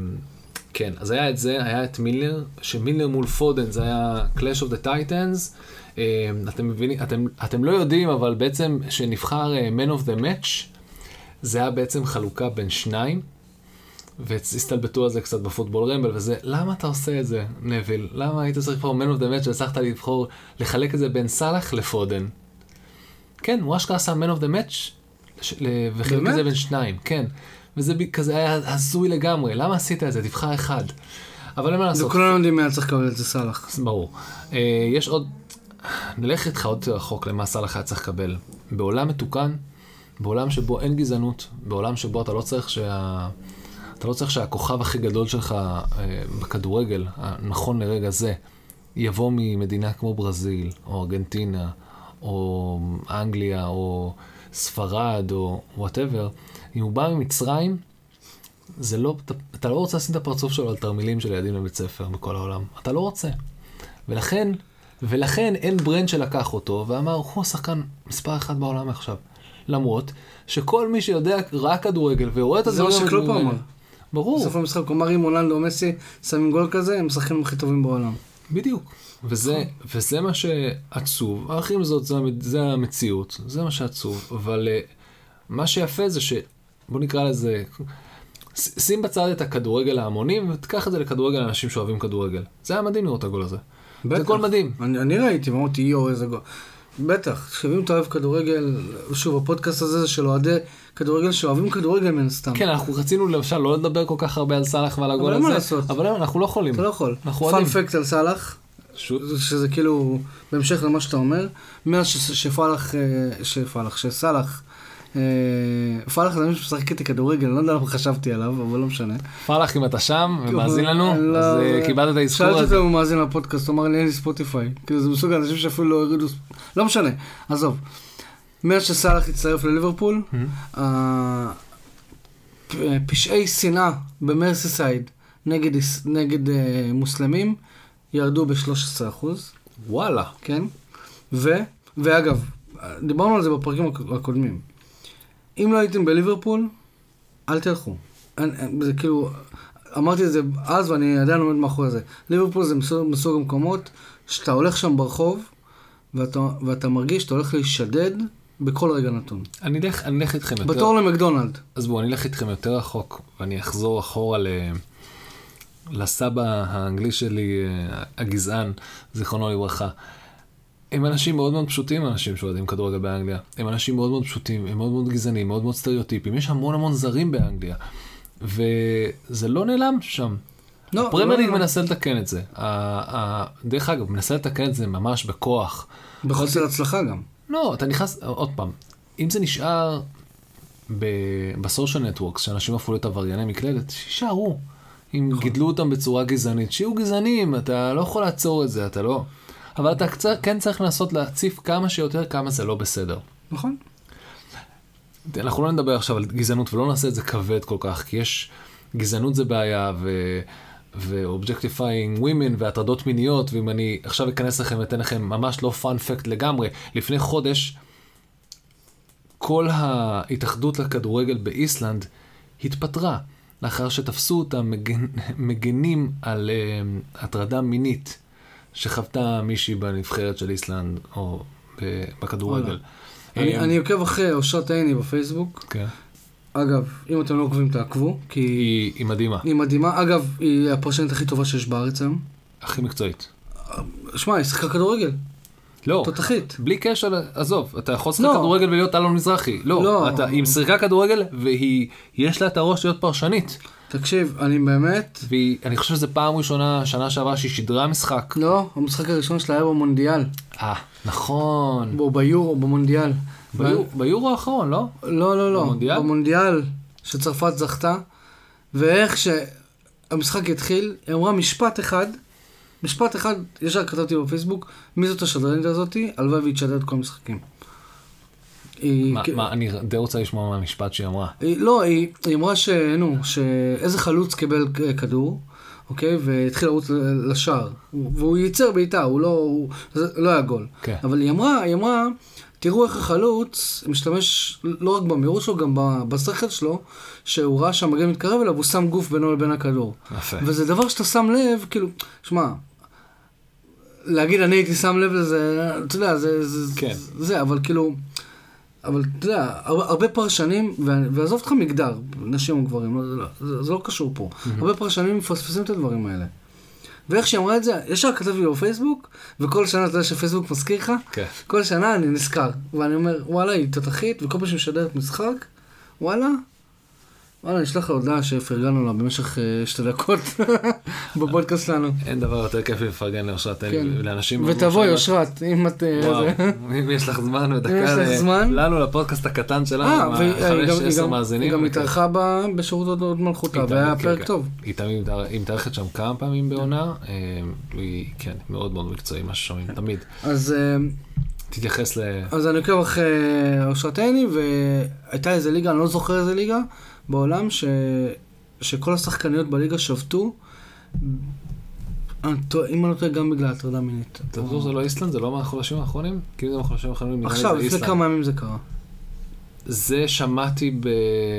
S2: כן, אז היה את זה, היה את מילר, שמילר מול פודן, זה היה Clash of the Titans. אמ, אתם מבינים, אתם, אתם לא יודעים, אבל בעצם שנבחר אה, Man of the Match, זה היה בעצם חלוקה בין שניים, והסתלבטו על זה קצת בפוטבול רמבל, וזה, למה אתה עושה את זה, נביל? למה היית צריך לבחור Man of the Match, והצלחת לבחור, לחלק את זה בין סלאח לפודן? כן, הוא אשכרה עשה Man of the Match, ש- ל- וחילק
S1: באמת?
S2: את זה בין שניים, כן. וזה ב- כזה היה הזוי לגמרי, למה עשית את זה? תבחר אחד. אבל אין מה לעשות.
S1: וכולנו יודעים מי צריך לקבל את זה סלאח.
S2: ברור. אה, יש עוד, נלך איתך עוד יותר רחוק למה סלאח היה צריך לקבל. בעולם מתוקן, בעולם שבו אין גזענות, בעולם שבו אתה לא צריך שה... אתה לא צריך שהכוכב הכי גדול שלך אה, בכדורגל, נכון לרגע זה, יבוא ממדינה כמו ברזיל, או ארגנטינה, או אנגליה, או ספרד, או whatever. אם הוא בא ממצרים, זה לא, אתה, אתה לא רוצה לשים את הפרצוף שלו על תרמילים של ילדים לבית ספר בכל העולם. אתה לא רוצה. ולכן, ולכן אין ברנד שלקח אותו ואמר, הוא השחקן מספר אחד בעולם עכשיו. למרות שכל מי שיודע רק כדורגל ורואה את
S1: זה מה
S2: הדברים...
S1: שקלופ
S2: בכדורגל-
S1: אמר.
S2: ברור,
S1: בסוף המשחק, כלומר אם הולנד או מסי שמים גול כזה, הם השחקנים הכי טובים בעולם.
S2: בדיוק. וזה, וזה מה שעצוב. האחרים זאת, זה, המ- זה המציאות. זה מה שעצוב. אבל uh, מה שיפה זה ש... בוא נקרא לזה... ש- שים בצד את הכדורגל ההמונים, ותקח את זה לכדורגל לאנשים שאוהבים כדורגל. זה היה מדהים לראות את הגול הזה. זה
S1: בטח.
S2: גול מדהים.
S1: אני, אני ראיתי, ואמרתי, יו, איזה גול. בטח, שאם אתה אוהב כדורגל, שוב, הפודקאסט הזה זה של אוהדי כדורגל שאוהבים כדורגל מן הסתם.
S2: כן, אנחנו רצינו למשל לא לדבר כל כך הרבה על סלאח ועל הגול
S1: אבל אין מה
S2: הזה,
S1: לעשות.
S2: אבל אנחנו לא יכולים.
S1: אתה לא יכול.
S2: אנחנו
S1: פאן
S2: אוהדים.
S1: פקט על סלאח,
S2: שוט.
S1: שזה כאילו, בהמשך למה שאתה אומר, מאז ש- שפלח, אה, שפלח, שסלאח, אה, פלח זה מישהו שמשחק איתי כדורגל, אני לא יודע למה חשבתי עליו, אבל לא משנה.
S2: פלאח, אם אתה שם ומאזין לנו,
S1: לא,
S2: אז
S1: זה-
S2: אה, קיבלת את האזכור
S1: שאלתי
S2: הזה.
S1: אותו אם הוא מאזין לפודקאסט, הוא אמר לי אין לי ספוטיפיי. כאילו זה מסוג האנשים שאפילו לא הורידו... לא משנה, עזוב. מאז שסלאח הצטרף לליברפול, ה- פ- פשעי שנאה במרסיסייד נגד איס- נגד אה, מוסלמים ירדו ב-שלושה עשר אחוז,
S2: וואלה.
S1: כן? ו... ואגב, דיברנו על זה בפרקים הק- הקודמים. אם לא הייתם בליברפול, אל תלכו. אין- אין- זה כאילו, אמרתי את זה אז ואני עדיין עומד מאחורי זה. ליברפול זה מסוג, מסוג המקומות שאתה הולך שם ברחוב ואתה, ואתה מרגיש שאתה הולך להישדד בכל רגע נתון.
S2: אני אלך, אני אלך איתכם יותר.
S1: בתור למקדונלד.
S2: אז בואו, אני אלך איתכם יותר רחוק, ואני אחזור אחורה ל... לסבא האנגלי שלי, אה, הגזען, זיכרונו לברכה. הם אנשים מאוד מאוד פשוטים, אנשים שאוהדים כדורגל באנגליה. הם אנשים מאוד מאוד פשוטים, הם מאוד מאוד גזענים, מאוד מאוד סטריאוטיפים. יש המון המון זרים באנגליה, וזה לא נעלם שם.
S1: לא,
S2: הפרמייר ליג
S1: לא, לא.
S2: מנסה לתקן את זה. ה- ה- דרך אגב, מנסה לתקן את זה ממש בכוח.
S1: בחוסר הצלחה גם.
S2: לא, אתה נכנס, עוד פעם, אם זה נשאר בסושיאל נטוורקס, שאנשים הפכו להיות עברייני מקלדת, שישארו. אם גידלו אותם בצורה גזענית, שיהיו גזענים, אתה לא יכול לעצור את זה, אתה לא. אבל אתה קצת, כן צריך לנסות להציף כמה שיותר כמה זה לא בסדר.
S1: נכון.
S2: אנחנו לא נדבר עכשיו על גזענות, ולא נעשה את זה כבד כל כך, כי יש, גזענות זה בעיה, ו... ו-objectifying women והטרדות מיניות, ואם אני עכשיו אכנס לכם ואתן לכם ממש לא fun fact לגמרי, לפני חודש, כל ההתאחדות לכדורגל באיסלנד התפטרה, לאחר שתפסו אותם מגן, מגנים על uh, הטרדה מינית, שחוותה מישהי בנבחרת של איסלנד, או בכדורגל.
S1: אני, אני עוקב אחרי אושרת עיני בפייסבוק.
S2: כן.
S1: אגב, אם אתם לא עוקבים תעקבו, כי
S2: היא, היא מדהימה,
S1: היא מדהימה. אגב, היא הפרשנית הכי טובה שיש בארץ היום.
S2: הכי מקצועית.
S1: שמע, היא שיחקה כדורגל.
S2: לא,
S1: תותחית.
S2: בלי קשר, עזוב, אתה יכול לשחק
S1: לא.
S2: כדורגל ולהיות אלון מזרחי. לא,
S1: לא.
S2: אתה, היא שיחקה כדורגל והיא, יש לה את הראש להיות פרשנית.
S1: תקשיב, אני באמת...
S2: ואני חושב שזו פעם ראשונה, שנה שעברה, שהיא שידרה משחק.
S1: לא, המשחק הראשון שלה היה במונדיאל.
S2: אה, נכון.
S1: או ביורו, במונדיאל.
S2: ביור, ביורו האחרון, לא?
S1: לא, לא, לא.
S2: במונדיאל?
S1: במונדיאל שצרפת זכתה, ואיך שהמשחק התחיל, היא אמרה משפט אחד, משפט אחד, ישר כתבתי בפייסבוק, מי זאת השדרנית הזאתי? הלוואי והיא תשדר את כל המשחקים.
S2: מה, אני די רוצה לשמוע מה המשפט שהיא אמרה.
S1: לא, היא אמרה ש-נו, שאיזה חלוץ קיבל כדור, אוקיי? והתחיל לרוץ לשער. והוא ייצר בעיטה, הוא לא, זה לא היה גול. אבל היא אמרה, היא אמרה, תראו איך החלוץ משתמש לא רק במהירות שלו, גם בשכל שלו, שהוא ראה שהמגן מתקרב אליו, הוא שם גוף בינו לבין הכדור.
S2: יפה.
S1: וזה דבר שאתה שם לב, כאילו, שמע, להגיד אני הייתי שם לב לזה, אתה יודע, זה, זה,
S2: כן.
S1: זה, אבל כאילו, אבל אתה יודע, הרבה פרשנים, ועזוב אותך מגדר, נשים וגברים, זה, זה, זה לא קשור פה, mm-hmm. הרבה פרשנים מפספסים את הדברים האלה. ואיך שהיא אמרה את זה, ישר כתב לי בפייסבוק, וכל שנה אתה יודע שפייסבוק מזכיר לך, okay. כל שנה אני נזכר, ואני אומר, וואלה, היא תתחית, וכל פעם שמשדרת משחק, וואלה, וואלה, נשלח לה הודעה שפרגנו לה במשך שתי דקות בפודקאסט שלנו.
S2: אין דבר יותר כיף לפרגן לאושרת, לאנשים...
S1: ותבואי אושרת, אם את...
S2: וואו, אם יש לך זמן ודקה לנו לפודקאסט הקטן שלנו, חמש עשר מאזינים.
S1: היא גם התארחה בשירות עוד מלכותה, והיה פרק טוב.
S2: היא מתארחת שם כמה פעמים בעונה, היא כן, מאוד מאוד מקצועי, מה ששומעים, תמיד.
S1: אז...
S2: תתייחס ל...
S1: אז אני עוקב אחרי אושרת עיני, והייתה איזה ליגה, אני לא זוכר איזה ליגה, בעולם ש... שכל השחקניות בליגה שבתו, אם אני לא טועה גם בגלל הטרדה מינית.
S2: אתה חושב שזה לא איסלנד? זה לא מהחודשים האחרונים? כאילו זה מהחודשים האחרונים?
S1: עכשיו, לפני כמה ימים זה קרה.
S2: זה שמעתי ב...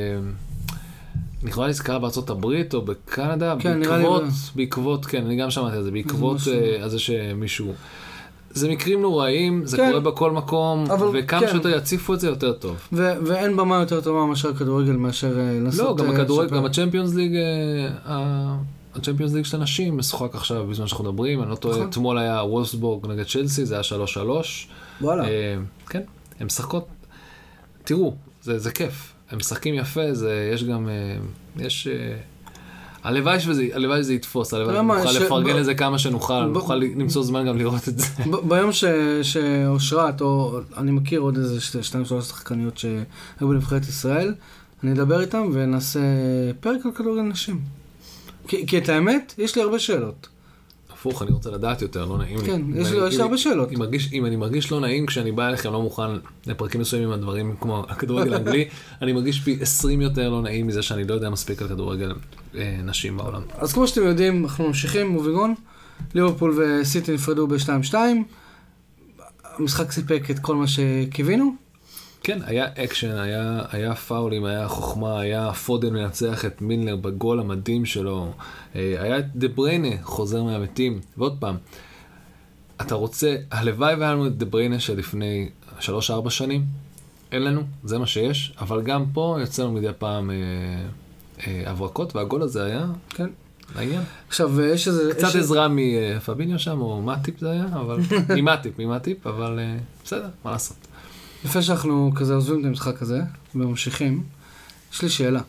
S2: נראה לי זה קרה בארצות הברית או בקנדה,
S1: כן,
S2: בעקבות, בעקבות, כן, אני גם שמעתי על זה, בעקבות על זה שמישהו... זה מקרים נוראים, זה קורה בכל מקום, וכמה שיותר יציפו את זה יותר טוב.
S1: ואין במה יותר טובה מאשר כדורגל, מאשר
S2: לא, גם הכדורגל, גם הצ'מפיונס ליג, הצ'מפיונס ליג של הנשים משוחק עכשיו בזמן שאנחנו מדברים, אני לא טועה, אתמול היה וולפסבורג נגד צ'לסי, זה היה שלוש שלוש.
S1: וואלה.
S2: כן, הם משחקות, תראו, זה כיף, הם משחקים יפה, יש גם, יש... הלוואי שזה יתפוס, הלוואי נוכל לפרגן לזה כמה שנוכל, נוכל למצוא זמן גם לראות את זה.
S1: ביום שאושרת, או אני מכיר עוד איזה שתיים שלוש שחקניות שהיו בנבחרת ישראל, אני אדבר איתם ונעשה פרק על כדורגל נשים. כי את האמת, יש לי הרבה שאלות.
S2: הפוך, אני רוצה לדעת יותר, לא נעים לי.
S1: כן, יש לי הרבה שאלות.
S2: אם אני מרגיש לא נעים כשאני בא אליכם, לא מוכן לפרקים מסוימים עם הדברים כמו הכדורגל האנגלי, אני מרגיש פי עשרים יותר לא נעים מזה שאני לא יודע מספיק על כדורגל נשים בעולם.
S1: אז כמו שאתם יודעים, אנחנו ממשיכים, מוביגון, ליברפול וסיטי נפרדו ב-שתיים שתיים, המשחק סיפק את כל מה שקיווינו.
S2: כן, היה אקשן, היה, היה פאולים, היה חוכמה, היה פודן מנצח את מילנר בגול המדהים שלו, היה דה בריינה חוזר מהמתים, ועוד פעם, אתה רוצה, הלוואי והיה לנו את דה בריינה שלפני שלוש ארבע שנים, אין לנו, זה מה שיש, אבל גם פה יוצא לנו מדי פעם אה, אה, הברקות, והגול הזה היה, כן, העניין.
S1: עכשיו, יש איזה...
S2: קצת עזרה מפביניו שם, או מטיפ זה היה, אבל, ממטיפ, ממטיפ, אבל אה, בסדר, מה לעשות.
S1: לפני שאנחנו כזה עוזבים את המשחק הזה, וממשיכים, יש לי שאלה.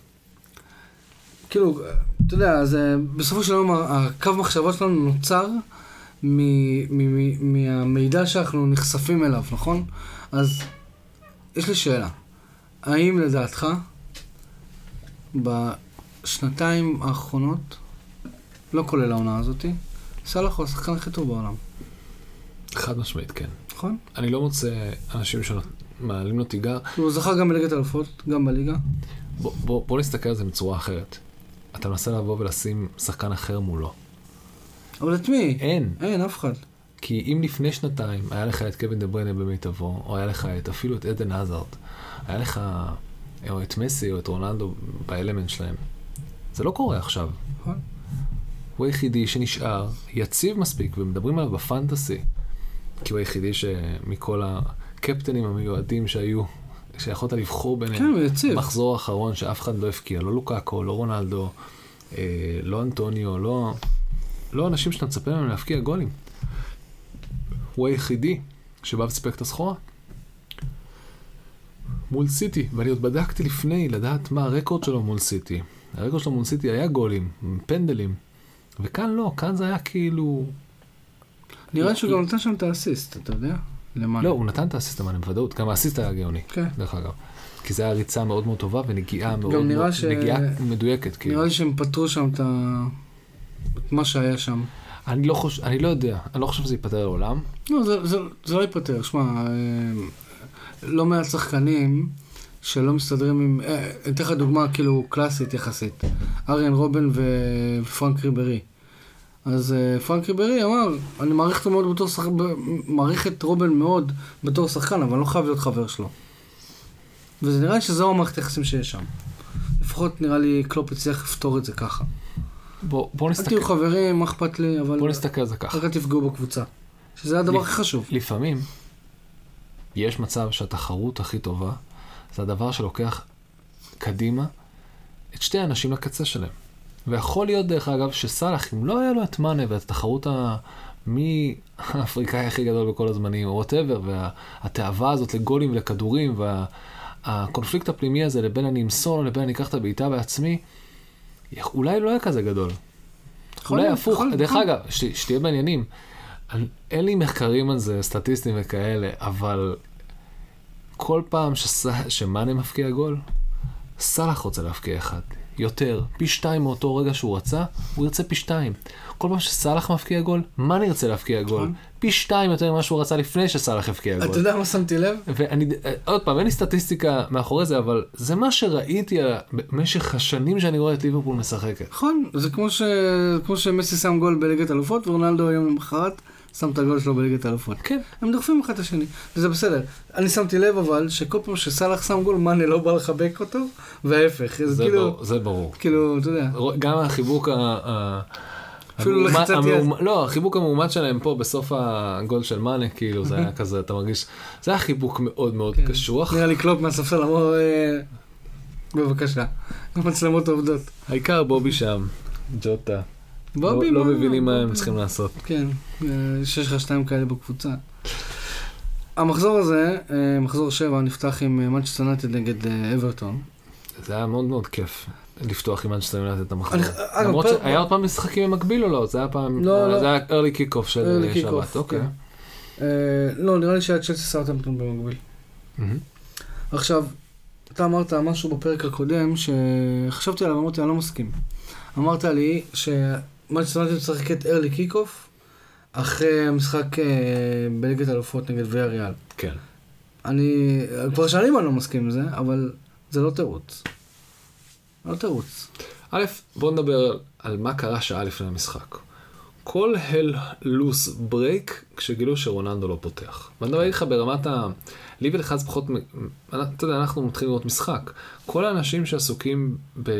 S1: כאילו, אתה יודע, זה, בסופו של יום, הקו מחשבות שלנו נוצר מהמידע שאנחנו נחשפים אליו, נכון? אז יש לי שאלה. האם לדעתך, בשנתיים האחרונות, לא כולל העונה הזאת, סלאח הוא השחקן הכי טוב בעולם?
S2: חד משמעית, כן.
S1: נכון?
S2: אני לא מוצא אנשים שמעלים לו תיגר.
S1: הוא זכר גם בליגת האלופות, גם בליגה.
S2: בוא, בוא, בוא נסתכל על זה בצורה אחרת. אתה מנסה לבוא ולשים שחקן אחר מולו.
S1: אבל את מי?
S2: אין.
S1: אין, אף אחד.
S2: כי אם לפני שנתיים היה לך את קווין דה בריינה במיטבו, או היה לך את, אפילו את עדן הזארד, היה לך או את מסי או את רונלדו באלמנט שלהם. זה לא קורה עכשיו.
S1: נכון.
S2: הוא היחידי שנשאר, יציב מספיק, ומדברים עליו בפנטסי. כי הוא היחידי שמכל הקפטנים המיועדים שהיו, שיכולת לבחור ביניהם,
S1: כן,
S2: מחזור האחרון שאף אחד לא הפקיע, לא לוקאקו, לא רונלדו, אה, לא אנטוניו, לא, לא אנשים שאתה מצפה להם להפקיע גולים. הוא היחידי שבא וסיפק את הסחורה. מול סיטי, ואני עוד בדקתי לפני לדעת מה הרקורד שלו מול סיטי. הרקורד שלו מול סיטי היה גולים, פנדלים, וכאן לא, כאן זה היה כאילו...
S1: נראה שהוא גם נתן שם את האסיסט, אתה יודע?
S2: לא, הוא נתן את האסיסט, אבל בוודאות, גם האסיסט היה גאוני, דרך אגב. כי זה היה ריצה מאוד מאוד טובה ונגיעה מאוד
S1: גם נראה
S2: מאוד,
S1: ש...
S2: נגיעה מדויקת. כאילו.
S1: נראה לי שהם פתרו שם את, ה... את מה שהיה שם.
S2: אני לא חושב, אני לא יודע, אני לא חושב שזה ייפטר לעולם.
S1: לא, זה, זה, זה לא ייפטר. שמע, לא מעט שחקנים שלא מסתדרים עם... אני אתן לך דוגמה כאילו קלאסית יחסית. אריאן רובן ופרנק ריברי. אז פרנק ריברי אמר, אני מעריך אותו מאוד בתור שחקן, מעריך את רובן מאוד בתור שחקן, אבל אני לא חייב להיות חבר שלו. וזה נראה לי שזהו המערכת היחסים שיש שם. לפחות נראה לי קלופ הצליח לפתור את זה ככה.
S2: בוא, בוא נסתכל.
S1: אל תהיו חברים, מה אכפת לי, אבל...
S2: בוא נסתכל על זה ככה.
S1: רק תפגעו בקבוצה. שזה הדבר הכי חשוב.
S2: לפעמים, יש מצב שהתחרות הכי טובה, זה הדבר שלוקח קדימה את שתי האנשים לקצה שלהם. ויכול להיות דרך אגב שסלח, אם לא היה לו את מאנה ואת התחרות מי האפריקאי הכי גדול בכל הזמנים, או whatever, והתאווה הזאת לגולים ולכדורים, והקונפליקט הפנימי הזה לבין אני אמסור, לבין אני אקח את הבעיטה בעצמי, אולי לא היה כזה גדול. אולי הפוך. דרך אגב, שתהיה בעניינים, אין לי מחקרים על זה, סטטיסטים וכאלה, אבל כל פעם שמאנה מפקיע גול, סלח רוצה להפקיע אחד. יותר, פי שתיים מאותו רגע שהוא רצה, הוא ירצה פי שתיים. כל פעם שסלח מפקיע גול, מה נרצה להפקיע גול? פי שתיים יותר ממה שהוא רצה לפני שסלח הפקיע גול.
S1: אתה יודע מה שמתי לב?
S2: ואני, עוד פעם, אין לי סטטיסטיקה מאחורי זה, אבל זה מה שראיתי במשך השנים שאני רואה את ליברפול משחקת.
S1: נכון, זה כמו ש... כמו שמסי שם גול בליגת אלופות, ורונלדו היום למחרת שם את הגול שלו בליגת אלופות.
S2: כן.
S1: הם דוחפים אחד את השני, וזה בסדר. אני שמתי לב אבל שכל פעם שסלח שם גול, מאנה לא בא לחבק אותו, וההפך.
S2: זה,
S1: כאילו,
S2: ברור, זה ברור.
S1: כאילו, אתה יודע.
S2: גם החיבוק ה...
S1: אפילו לחצת יד.
S2: לא, החיבוק המעומד שלהם פה בסוף הגול של מאנה, כאילו זה היה כזה, אתה מרגיש, זה היה חיבוק מאוד מאוד קשוח.
S1: נראה לי קלופ מהספסל אמר, בבקשה, המצלמות עובדות.
S2: העיקר בובי שם, ג'וטה.
S1: בובי
S2: לא מבינים מה הם צריכים לעשות.
S1: כן, שיש לך שתיים כאלה בקבוצה. המחזור הזה, מחזור שבע, נפתח עם מנצ'סטר יונייטד נגד אברטון.
S2: זה היה מאוד מאוד כיף. לפתוח עם מנצ'סטר יונייטד את המחזור. למרות שהיה עוד פעם משחקים במקביל או לא? זה היה פעם...
S1: לא,
S2: זה היה early kick-off של שבת. אוקיי.
S1: לא, נראה לי שהיה צ'לסי סאות'המפטון במקביל. עכשיו, אתה אמרת משהו בפרק הקודם שחשבתי עליו, אמרתי, אני לא מסכים. אמרת לי שמנצ'סטר יונייטד משחקת early kick-off אחרי המשחק בליגת האלופות נגד ויאריאל.
S2: כן.
S1: אני כבר שנים אני לא מסכים עם זה, אבל זה לא תירוץ. לא תירוץ.
S2: א', בוא נדבר על מה קרה שעה לפני המשחק. כל הל לוס ברייק כשגילו שרונלדו לא פותח. ואני מדבר איתך ברמת ה... לי ולחץ פחות... אתה יודע, אנחנו מתחילים לראות משחק. כל האנשים שעסוקים ב...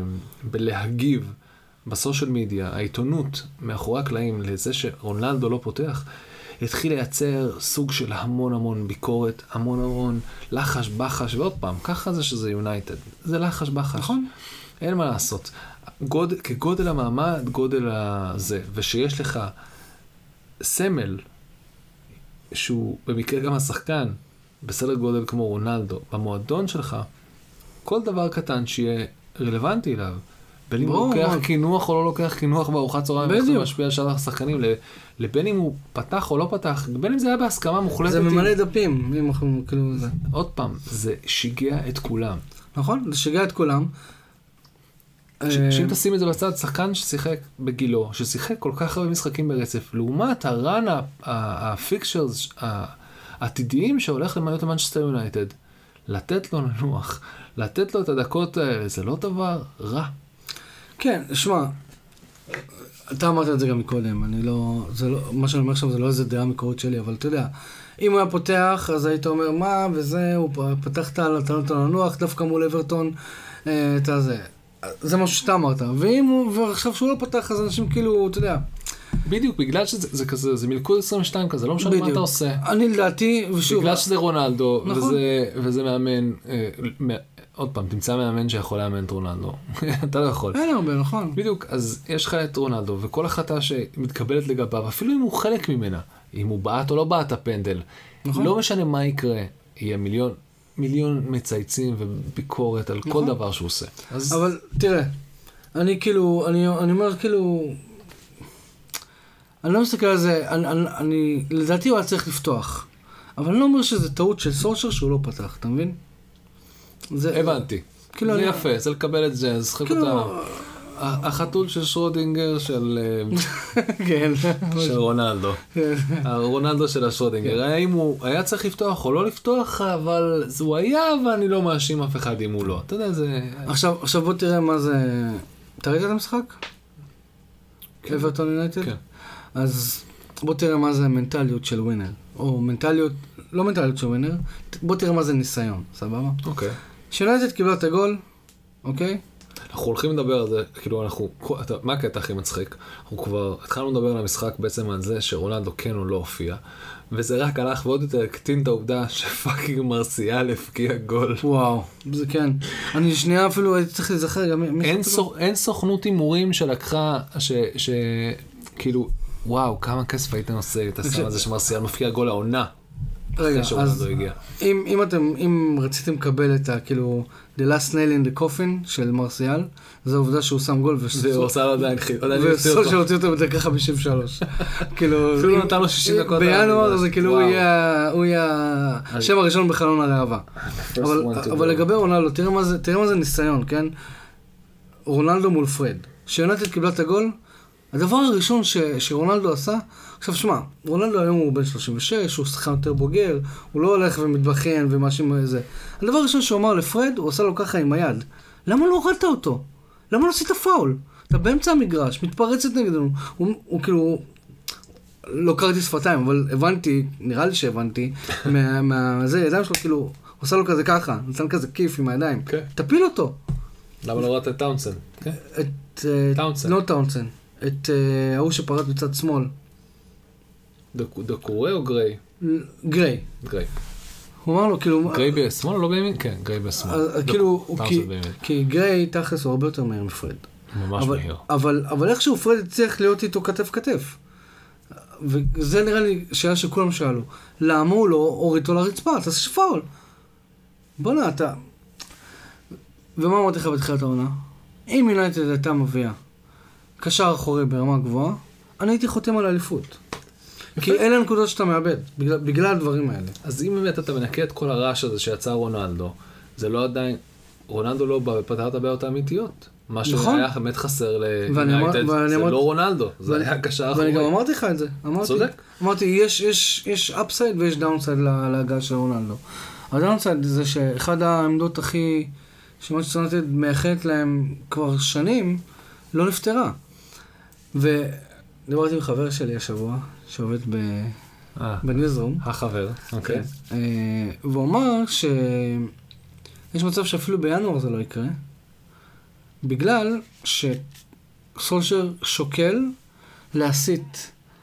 S2: בלהגיב בסושיאל מדיה, העיתונות מאחורי הקלעים לזה שרונלדו לא פותח, התחיל לייצר סוג של המון המון ביקורת, המון המון לחש בחש, ועוד פעם, ככה זה שזה יונייטד. זה לחש בחש.
S1: נכון.
S2: אין מה לעשות. גוד, כגודל המעמד, גודל הזה, ושיש לך סמל, שהוא במקרה גם השחקן, בסדר גודל כמו רונלדו, במועדון שלך, כל דבר קטן שיהיה רלוונטי אליו, בין אם הוא לוקח כינוח או לא לוקח כינוח בארוחת צהריים, איך זה משפיע על שאר השחקנים, לבין אם הוא פתח או לא פתח, בין אם זה היה בהסכמה מוחלטת.
S1: זה ממלא דפים, אם אנחנו כאילו זה.
S2: עוד פעם, זה שיגע את כולם.
S1: נכון, זה שיגע את כולם.
S2: שאם תשים את זה בצד, שחקן ששיחק בגילו, ששיחק כל כך הרבה משחקים ברצף, לעומת הרן הפיקשרס העתידיים שהולך למעלות למנצ'סטר יונייטד, לתת לו לנוח, לתת לו את הדקות האלה, זה לא דבר רע.
S1: כן, שמע, אתה אמרת את זה גם מקודם, אני לא, זה לא, מה שאני אומר עכשיו זה לא איזה דעה מקורית שלי, אבל אתה יודע, אם הוא היה פותח, אז היית אומר מה, וזה, הוא פתח את הנתון לנוח, דווקא מול אברטון, את הזה. זה משהו שאתה אמרת, ואם הוא, ועכשיו שהוא לא פתח, אז אנשים כאילו, אתה יודע.
S2: בדיוק, בגלל שזה זה כזה, זה מלכוד עשרים ושתיים כזה, לא משנה מה אתה עושה.
S1: אני לדעתי, ושוב.
S2: בגלל שזה רונלדו,
S1: נכון.
S2: וזה, וזה מאמן, אה, עוד פעם, תמצא מאמן שיכול לאמן את רונלדו. אתה לא יכול.
S1: אין הרבה, נכון.
S2: בדיוק, אז יש לך את רונלדו, וכל החלטה שמתקבלת לגביו, אפילו אם הוא חלק ממנה, אם הוא בעט או לא בעט הפנדל, נכון. לא משנה מה יקרה, יהיה מיליון, מיליון מצייצים וביקורת על נכון. כל דבר שהוא עושה. אז...
S1: אבל תראה, אני כאילו, אני, אני אומר כאילו, אני לא מסתכל על זה, אני, אני, אני, לדעתי הוא היה צריך לפתוח, אבל אני לא אומר שזה טעות של סולשר שהוא לא פתח, אתה מבין?
S2: הבנתי. זה יפה, זה לקבל את זה, אז חייב אותה. החתול של שרודינגר של רונלדו. הרונלדו של השרודינגר. האם הוא היה צריך לפתוח או לא לפתוח, אבל הוא היה, ואני לא מאשים אף אחד אם הוא לא. אתה יודע, זה...
S1: עכשיו בוא תראה מה זה... אתה ראית את המשחק? אברטון יונייטד? כן. אז בוא תראה מה זה מנטליות של ווינר. או מנטליות, לא מנטליות של ווינר, בוא תראה מה זה ניסיון, סבבה?
S2: אוקיי.
S1: שיונייטד קיבלה את הגול, אוקיי?
S2: אנחנו הולכים לדבר על זה, כאילו אנחנו, מה הקטע הכי מצחיק? אנחנו כבר התחלנו לדבר על המשחק בעצם על זה שרונלדו כן או לא הופיע, וזה רק הלך ועוד יותר הקטין את העובדה שפאקינג מרסיאל הפקיע גול.
S1: וואו, זה כן. אני שנייה אפילו הייתי צריך להיזכר גם...
S2: אין סוכנות הימורים שלקחה, שכאילו, וואו, כמה כסף היית נושא את הסם הזה שמרסיאל מפקיע גול העונה.
S1: רגע, אז אם, אם אתם, אם רציתם לקבל את ה, כאילו, the last nail in the coffin של מרסיאל, זו העובדה שהוא שם גול,
S2: והוא עושה לו עדיין חיל,
S1: וסול שהוציא אותו בדקה חמישים ושלוש. כאילו,
S2: אפילו נתן לו שישים דקות.
S1: בינואר זה כאילו, הוא יהיה השם הראשון בחלון הראווה. אבל לגבי רונלדו, תראה מה זה ניסיון, כן? רונלדו מול פרד. שיונייטד קיבלה את הגול, הדבר הראשון ש, שרונלדו עשה, עכשיו שמע, רונלדו היום הוא בן שלושים ושש, הוא שחקן יותר בוגר, הוא לא הולך ומתבחן ומשהו איזה. הדבר הראשון שהוא אמר לפרד, הוא עשה לו ככה עם היד. למה לא הורדת אותו? למה לא עשית פאול? אתה באמצע המגרש, מתפרצת נגדנו. הוא, הוא כאילו, לא קראתי שפתיים, אבל הבנתי, נראה לי שהבנתי, מה, מה, זה, ידיים שלו כאילו, הוא עשה לו כזה ככה, נתן כזה כיף עם הידיים. Okay. תפיל אותו.
S2: למה לא הורדת את טאונסן?
S1: את, טאונסן. לא טאונסן. את ההוא שפרט בצד שמאל.
S2: דקורי או גריי?
S1: גריי.
S2: גריי.
S1: הוא אמר לו, כאילו...
S2: גריי בשמאל או לא בימין? כן, גריי בשמאל.
S1: כאילו, כי גריי תכלס הוא הרבה יותר מהיר מפרד.
S2: ממש מהיר.
S1: אבל איכשהו פרד צריך להיות איתו כתף כתף. וזה נראה לי שאלה שכולם שאלו. למה הוא לא הוריד אותו לרצפה? אתה עושה פאול. בוא נה, אתה... ומה אמרתי לך בתחילת העונה? אם יונייטד הייתה מביאה קשר אחורי ברמה גבוהה, אני הייתי חותם על האליפות. כי אלה הנקודות שאתה מאבד, בגלל, בגלל הדברים האלה.
S2: אז אם באמת אתה מנקה את כל הרעש הזה שיצא רונלדו, זה לא עדיין, רונלדו לא פתר את הבעיות האמיתיות. מה שהיה באמת חסר ליונייטד, זה לא רונלדו, זה היה קשר אחורי.
S1: ואני גם אמרתי לך את זה.
S2: צודק.
S1: אמרתי, יש אפסייד ויש דאונסייד להגעה של רונלדו. הדאונסייד זה שאחד העמדות הכי, שמה שצונתת מייחדת להם כבר שנים, לא נפטרה. ודיברתי עם חבר שלי השבוע, שעובד בניוזרום.
S2: החבר, אוקיי.
S1: והוא אמר שיש מצב שאפילו בינואר זה לא יקרה, בגלל שסולשר שוקל להסיט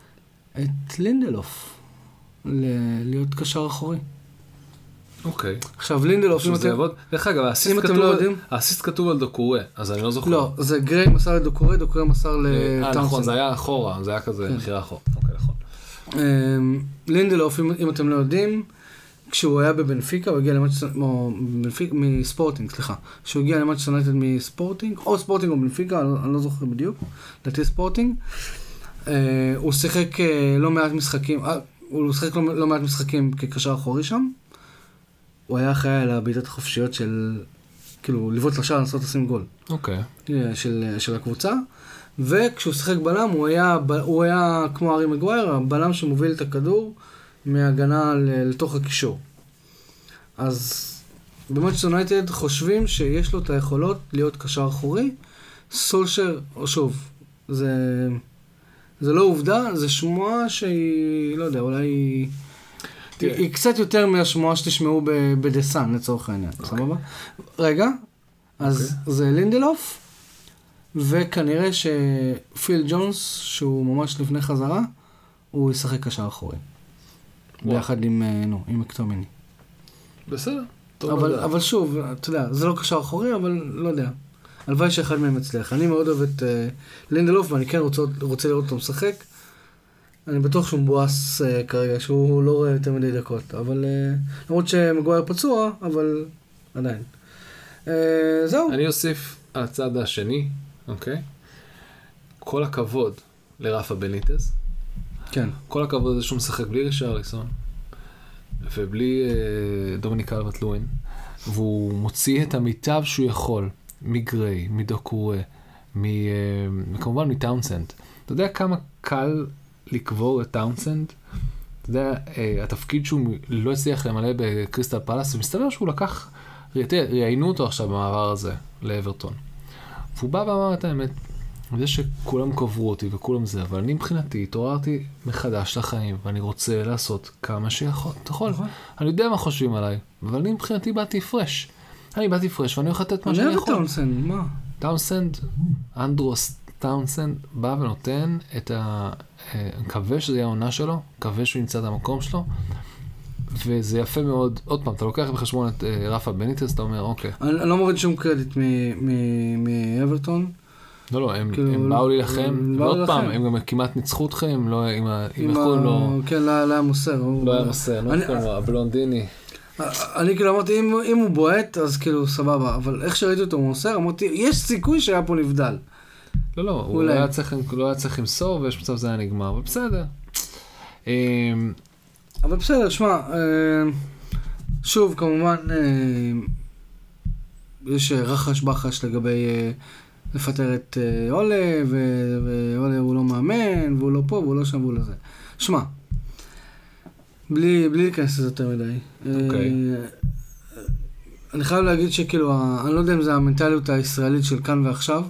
S1: את לינדלוף להיות קשר אחורי.
S2: אוקיי.
S1: עכשיו לינדלוף, אם אתם...
S2: דרך אגב, האסיסט כתוב על דוקורי, אז אני לא זוכר.
S1: לא, זה גריי מסר לדוקורי, דוקורי מסר לטאונסן.
S2: נכון, זה היה אחורה, זה היה כזה מחירה אחורה. אוקיי, נכון.
S1: לינדלוף, אם אתם לא יודעים, כשהוא היה בבנפיקה, הוא הגיע מספורטינג, סליחה. כשהוא הגיע למאנצ'סטר יונייטד מספורטינג, או ספורטינג או בנפיקה, אני לא זוכר בדיוק, לדעתי ספורטינג. הוא שיחק לא מעט משחקים, הוא שיחק לא מעט משחקים כקשר אחורי שם. הוא היה אחראי על הבעיטות החופשיות של, כאילו, לבעוט לשער, לנסות לשים גול.
S2: אוקיי.
S1: של, של הקבוצה. וכשהוא שיחק בלם, הוא היה, הוא היה כמו הארי מגווייר, הבלם שמוביל את הכדור מהגנה לתוך הקישור. אז במאנצ'סטר יונייטד חושבים שיש לו את היכולות להיות קשר אחורי. סולשר, או שוב, זה, זה לא עובדה, זה שמועה שהיא, לא יודע, אולי היא... היא קצת יותר מהשמועה שתשמעו בדסן, לצורך העניין, סבבה? רגע, אז זה לינדלוף, וכנראה שפיל ג'ונס, שהוא ממש לפני חזרה, הוא ישחק קשר אחורי. ביחד עם, נו, עם מקטומיני.
S2: בסדר.
S1: אבל שוב, אתה יודע, זה לא קשר אחורי, אבל לא יודע. הלוואי שאחד מהם הצליח. אני מאוד אוהב את לינדלוף, ואני כן רוצה לראות אותו משחק. אני בטוח שהוא מבואס uh, כרגע, שהוא לא רואה יותר מדי דקות, אבל uh, למרות שמגווייר פצוע, אבל עדיין. Uh, זהו.
S2: אני אוסיף על הצד השני, אוקיי? כל הכבוד לרפה בניטז.
S1: כן.
S2: כל הכבוד לזה שהוא משחק בלי רישרליסון, ובלי uh, דומיניק קלברט לואין, והוא מוציא את המיטב שהוא יכול, מגריי, מדוקורי, וכמובן מטאונסנד. אתה יודע כמה קל לקבור את טאונסנד? אתה יודע, התפקיד שהוא לא הצליח למלא בקריסטל פלאס, ומסתבר שהוא לקח, ראיינו אותו עכשיו במעבר הזה לאברטון. והוא בא ואמר את האמת, זה שכולם קברו אותי וכולם זה, אבל אני מבחינתי התעוררתי מחדש לחיים, ואני רוצה לעשות כמה שיכול. אתה יכול, אני יודע מה חושבים עליי, אבל אני מבחינתי באתי פרש. אני באתי פרש ואני הולך לתת מה שאני יכול.
S1: אני אוהב טאונסנד, מה?
S2: טאונסנד, אנדרוס טאונסנד, בא ונותן את ה... מקווה שזה יהיה העונה שלו, מקווה שהוא ימצא את המקום שלו, וזה יפה מאוד. עוד פעם, אתה לוקח בחשבון את רפה בניטס, אתה אומר, אוקיי.
S1: אני לא מוריד שום קרדיט מאברטון.
S2: לא, לא, הם, כאילו, הם באו להילחם, ועוד פעם, הם גם כמעט ניצחו אתכם, לא, אם יכולים לא...
S1: כן, לא היה מוסר.
S2: לא היה מוסר, לא יכולים, הבלונדיני.
S1: אני כאילו אמרתי, אם הוא בועט, אז כאילו סבבה, אבל איך שראיתי אותו מוסר, אמרתי, יש סיכוי שהיה פה נבדל.
S2: לא, לא, הוא לא היה צריך למסור, ויש מצב זה היה נגמר, אבל בסדר.
S1: אבל בסדר, שמע, שוב, כמובן, יש רחש בחש לגבי... לפטר את אולה, ואולה הוא לא מאמן, והוא לא פה, והוא לא שם, והוא לא זה. שמע, בלי להיכנס לזה יותר מדי.
S2: אוקיי.
S1: אני חייב להגיד שכאילו, אני לא יודע אם זה המנטליות הישראלית של כאן ועכשיו,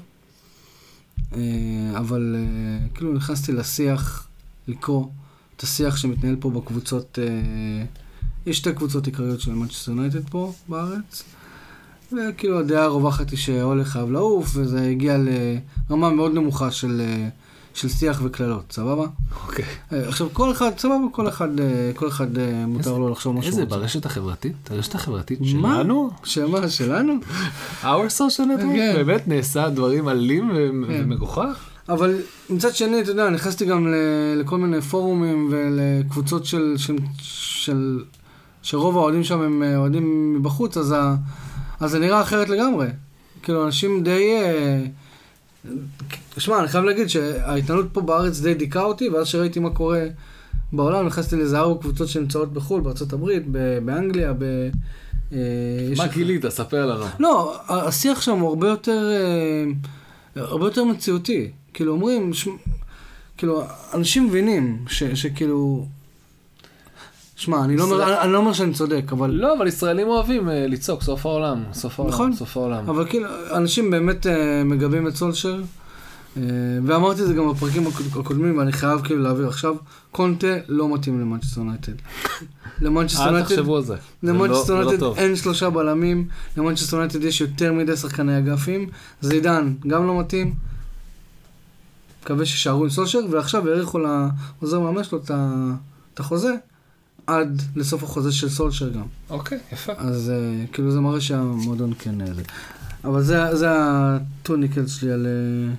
S1: אבל כאילו נכנסתי לשיח, לקרוא את השיח שמתנהל פה בקבוצות, יש שתי קבוצות עיקריות של מנצ'סטר יונייטד פה בארץ, וכאילו הדעה הרווחת היא שאולה חייב לעוף, וזה הגיע לרמה מאוד נמוכה של, של שיח וכללות, סבבה?
S2: אוקיי.
S1: עכשיו, כל אחד, סבבה, כל אחד, כל אחד מותר לו לחשוב משהו.
S2: איזה ברשת החברתית? הרשת החברתית שלנו?
S1: שמה, שלנו?
S2: Our social network? באמת נעשה דברים עלים ומגוחך?
S1: אבל מצד שני, אתה יודע, נכנסתי גם לכל מיני פורומים ולקבוצות של, של, שרוב האוהדים שם הם אוהדים מבחוץ, אז ה... אז זה נראה אחרת לגמרי. כאילו, אנשים די... שמע, אני חייב להגיד שההתנהלות פה בארץ די דיקה אותי, ואז שראיתי מה קורה בעולם, נכנסתי לזה ארבע קבוצות שנמצאות בחו"ל, בארצות הברית, באנגליה, ב...
S2: מה גילית? ספר לנו.
S1: לא, השיח שם הוא הרבה יותר... הרבה יותר מציאותי. כאילו, אומרים... כאילו, אנשים מבינים שכאילו... שמע, אני לא אומר שאני צודק, אבל...
S2: לא, אבל ישראלים אוהבים לצעוק, סוף העולם, סוף העולם,
S1: נכון,
S2: סוף העולם.
S1: אבל כאילו, אנשים באמת מגבים את סולשר, ואמרתי את זה גם בפרקים הקודמים, ואני חייב כאילו להעביר עכשיו, קונטה לא מתאים למנצ'סטר יונייטד. למנצ'סטר יונייטד...
S2: אל תחשבו על זה.
S1: למנצ'סטר יונייטד אין שלושה בלמים, למנצ'סטר יונייטד יש יותר מדי שחקני אגפים, זידן גם לא מתאים, מקווה ששארו עם סולשר, ועכשיו יאריכו לעוזר מאמן שלו את החוזה, עד לסוף החוזה של סולשר גם.
S2: אוקיי, יפה.
S1: אז uh, כאילו זה מראה שהמועדון כן זה. אבל זה, זה הטוניקל שלי על,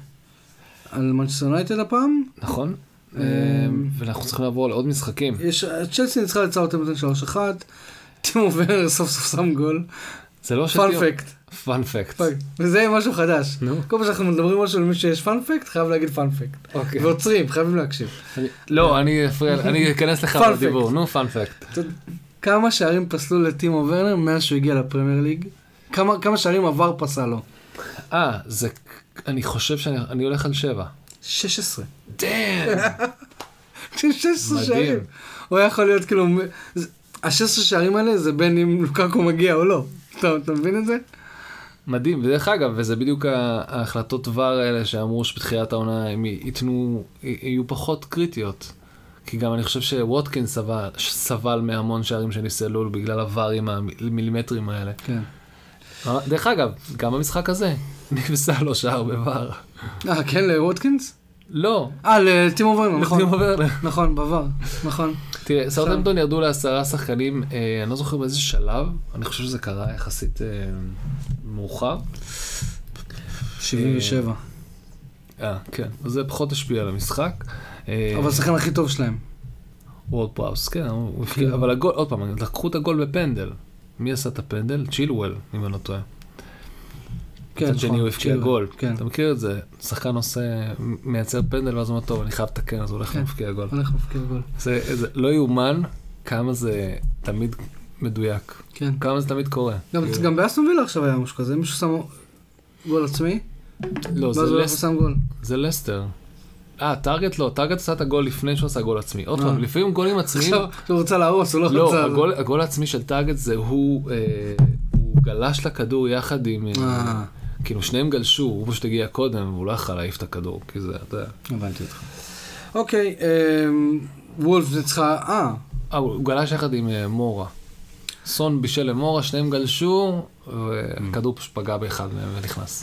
S1: על מנצ'סטר יונייטד הפעם.
S2: נכון. ואנחנו צריכים לעבור על עוד משחקים.
S1: יש, צ'לסי ניצחה את סאות'המפטון שלוש אחת, טימו ורנר סוף סוף שם גול.
S2: זה לא
S1: פאן פקט.
S2: פאן פקט.
S1: וזה משהו חדש. כל פעם שאנחנו מדברים משהו למי שיש פאן פקט, חייב להגיד פאן פקט. ועוצרים, חייבים להקשיב.
S2: לא, אני אכנס לך בדיבור. נו, פאן פקט.
S1: כמה שערים פסלו לטימו ורנר מאז שהוא הגיע לפרמייר ליג? כמה שערים עבר פסל לו?
S2: אה, זה... אני חושב שאני הולך על שבע.
S1: שש עשרה.
S2: דאם!
S1: שש עשרה שערים. הוא היה יכול להיות כאילו... ה-שש עשרה שערים האלה זה בין אם לוקאקו מגיע או לא. אתה מבין את זה?
S2: מדהים, ודרך אגב, וזה בדיוק ההחלטות דבר האלה שאמרו שבתחילת העונה הם ייתנו, יהיו פחות קריטיות. כי גם אני חושב שווטקין סבל, סבל מהמון שערים שניסלו בגלל הווארים המילימטרים האלה.
S1: כן.
S2: דרך אגב, גם במשחק הזה, נפסל לו שער בוואר.
S1: אה, כן, לווטקינס?
S2: לא.
S1: אה, לטימו ורנר, נכון.
S2: לטימו ורנר.
S1: נכון, בוואר, נכון.
S2: תראה, סאות'המפטון ירדו לעשרה שחקנים, אני לא זוכר באיזה שלב, אני חושב שזה קרה יחסית מאוחר.
S1: שבעים ושבע.
S2: אה, כן, אז זה פחות השפיע על המשחק.
S1: אבל השחקן הכי טוב שלהם.
S2: וורד פראוס, כן, אבל הגול, עוד פעם, לקחו את הגול בפנדל. מי עשה את הפנדל? צ'ילואל, אם אני לא טועה.
S1: כן,
S2: מצד שני הוא הפקיע גול.
S1: כן.
S2: אתה מכיר את זה? שחקן עושה, מייצר פנדל, ואז הוא אומר, טוב, אני חייב לתקן, אז הוא הולך להפקיע גול.
S1: הולך להפקיע גול.
S2: זה לא יאומן כמה זה תמיד מדויק.
S1: כן.
S2: כמה זה תמיד קורה.
S1: גם, גם באסטון וילה עכשיו היה משהו כזה, מישהו שם גול עצמי?
S2: לא, זה, לס...
S1: גול.
S2: זה לסטר. אה, טארגט לא, טארגט עשה את הגול לפני שהוא עשה גול עצמי. עוד פעם, לפעמים גולים עצמיים...
S1: עכשיו, הוא רוצה להרוס, הוא לא
S2: לא,
S1: רוצה...
S2: הגול, הגול העצמי של טארגט זה הוא, אה, הוא גלש לכדור יחד עם... אה. כאילו, שניהם גלשו, הוא פשוט הגיע קודם, והוא לא יכול להעיף את הכדור, כי זה, אתה יודע.
S1: הבנתי אותך. אוקיי, וולף נצחה... אה.
S2: אה, הוא גלש יחד עם מורה. סון בישל למורה, שניהם גלשו, והכדור פשוט פגע באחד מהם ונכנס.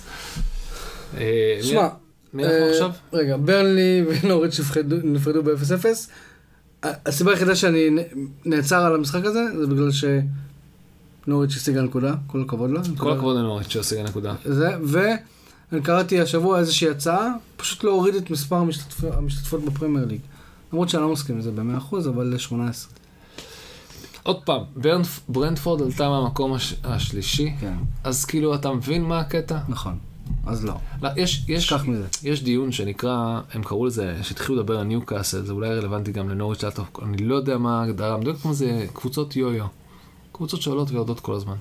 S1: שמע,
S2: מי אנחנו עכשיו?
S1: רגע, ברנלי ונוריץ' נפרדו ב-אפס אפס. הסיבה היחידה שאני נעצר על המשחק הזה, זה בגלל שנוריץ' השיגה נקודה, כל הכבוד לה.
S2: כל הכבוד לנוריץ' שהשיגה נקודה.
S1: זה, ואני קראתי השבוע איזושהי הצעה, פשוט להוריד את מספר המשתתפות בפרמייר ליג. למרות שאני לא מסכים עם זה ב-מאה אחוז, אבל ל-שמונה עשרה.
S2: עוד פעם, ברנטפורד עלתה מהמקום הש... השלישי, כן. אז כאילו אתה מבין מה הקטע?
S1: נכון, אז לא.
S2: לא יש, יש, יש דיון שנקרא, הם קראו לזה, שהתחילו לדבר על ניוקאסל, זה אולי רלוונטי גם לנוריץ' לאטוב, אני לא יודע מה הגדרה, מדויק כמו זה קבוצות יו-יו, קבוצות שעולות ויורדות כל הזמן.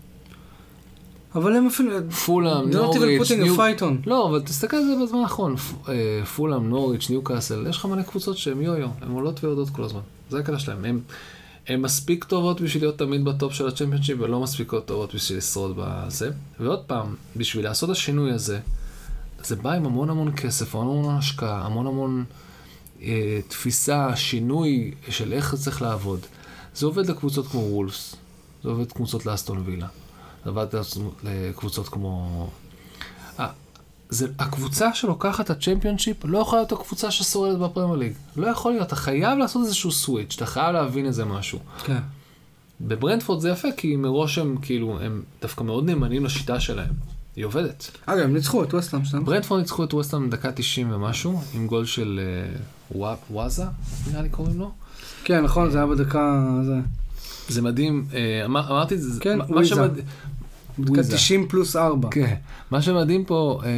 S1: אבל הם אפילו...
S2: פולאם, נוריץ',
S1: ניו...
S2: לא, אבל תסתכל על זה בזמן האחרון, פולאם, נוריץ', ניוקאסל, יש לך מלא קבוצות שהן יו-יו, הן עולות ויורדות כל הזמן, זה הקטע שלהם, הם... הן מספיק טובות בשביל להיות תמיד בטופ של הצ'מפיונשיפ, ולא מספיקות טובות בשביל לשרוד בזה. ועוד פעם, בשביל לעשות השינוי הזה, זה בא עם המון המון כסף, המון המון השקעה, המון המון אה, תפיסה, שינוי של איך זה צריך לעבוד. זה עובד לקבוצות כמו וולפס, זה עובד לקבוצות לאסטון וילה, זה עובד לקבוצות כמו... אה, זה, הקבוצה שלוקחת את הצ'מפיונשיפ לא יכולה להיות הקבוצה ששורדת בפרמייר ליג. לא יכול להיות, אתה חייב לעשות איזשהו סוויץ', אתה חייב להבין איזה משהו.
S1: כן.
S2: בברנטפורד זה יפה, כי מראש הם כאילו, הם דווקא מאוד נאמנים לשיטה שלהם. היא עובדת.
S1: אגב, הם ניצחו את ווסטהאם שלהם.
S2: ברנטפורד ניצחו את ווסטהאם דקה תשעים ומשהו, עם גול של uh, וואזה, נראה לי קוראים לו.
S1: כן, נכון, זה היה בדקה... זה,
S2: זה מדהים, uh, אמר, אמרתי, זה...
S1: כן,
S2: מה,
S1: וויזה.
S2: שמד...
S1: דקה תשעים פלוס ארבע.
S2: כן. מה שמדהים פה, אה,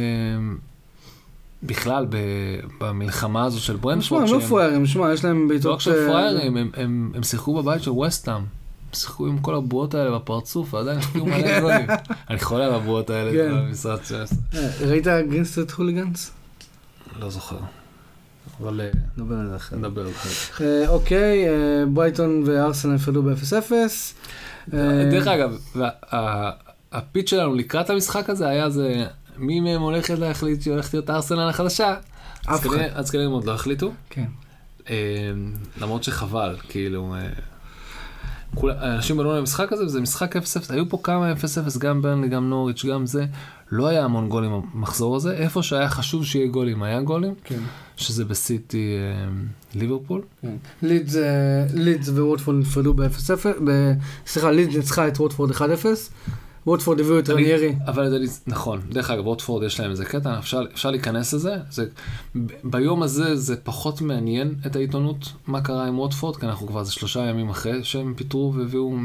S2: בכלל, ב, במלחמה הזו של ברנטפורד...
S1: משמע, הם לא פריירים, משמע, יש להם בעיטות...
S2: לא רק של פריירים, הם, הם, הם שיחקו בבית של ווסטהאם. הם שיחקו עם כל הבועות האלה בפרצוף, ועדיין שיחקו מלא גולים. אני חולה על הבועות האלה במשרד שלנו.
S1: ראית גרינסטרט הוליגנס?
S2: לא זוכר. אבל...
S1: נדבר על זה אחר.
S2: נדבר על זה.
S1: אוקיי, ברייטון וארסנל נפרדו ב-אפס אפס.
S2: דרך אגב, הפיץ שלנו לקראת המשחק הזה היה זה, מי מהם הולכת להחליט שהיא הולכת להיות ארסנל החדשה?
S1: אף אחד.
S2: אז כנראה עוד לא החליטו.
S1: כן.
S2: למרות שחבל, כאילו... אנשים בנו למשחק הזה, וזה משחק אפס אפס, היו פה כמה אפס אפס, גם ברנלי, גם נוריץ', גם זה, לא היה המון גולים במחזור הזה, איפה שהיה חשוב שיהיה גולים, היה גולים,
S1: כן.
S2: שזה בסיטי ליברפול.
S1: כן. לידס, לידס וווטפורד נפרדו ב-אפס אפס, סליחה, לידס ניצחה את ווטפורד אחד אפס, ווטפורד הביאו את רניירי.
S2: אבל נכון, דרך אגב, ווטפורד יש להם איזה קטע, אפשר, אפשר להיכנס לזה, זה, ביום הזה זה פחות מעניין את העיתונות, מה קרה עם ווטפורד, כי אנחנו כבר זה שלושה ימים אחרי שהם פיתרו והביאו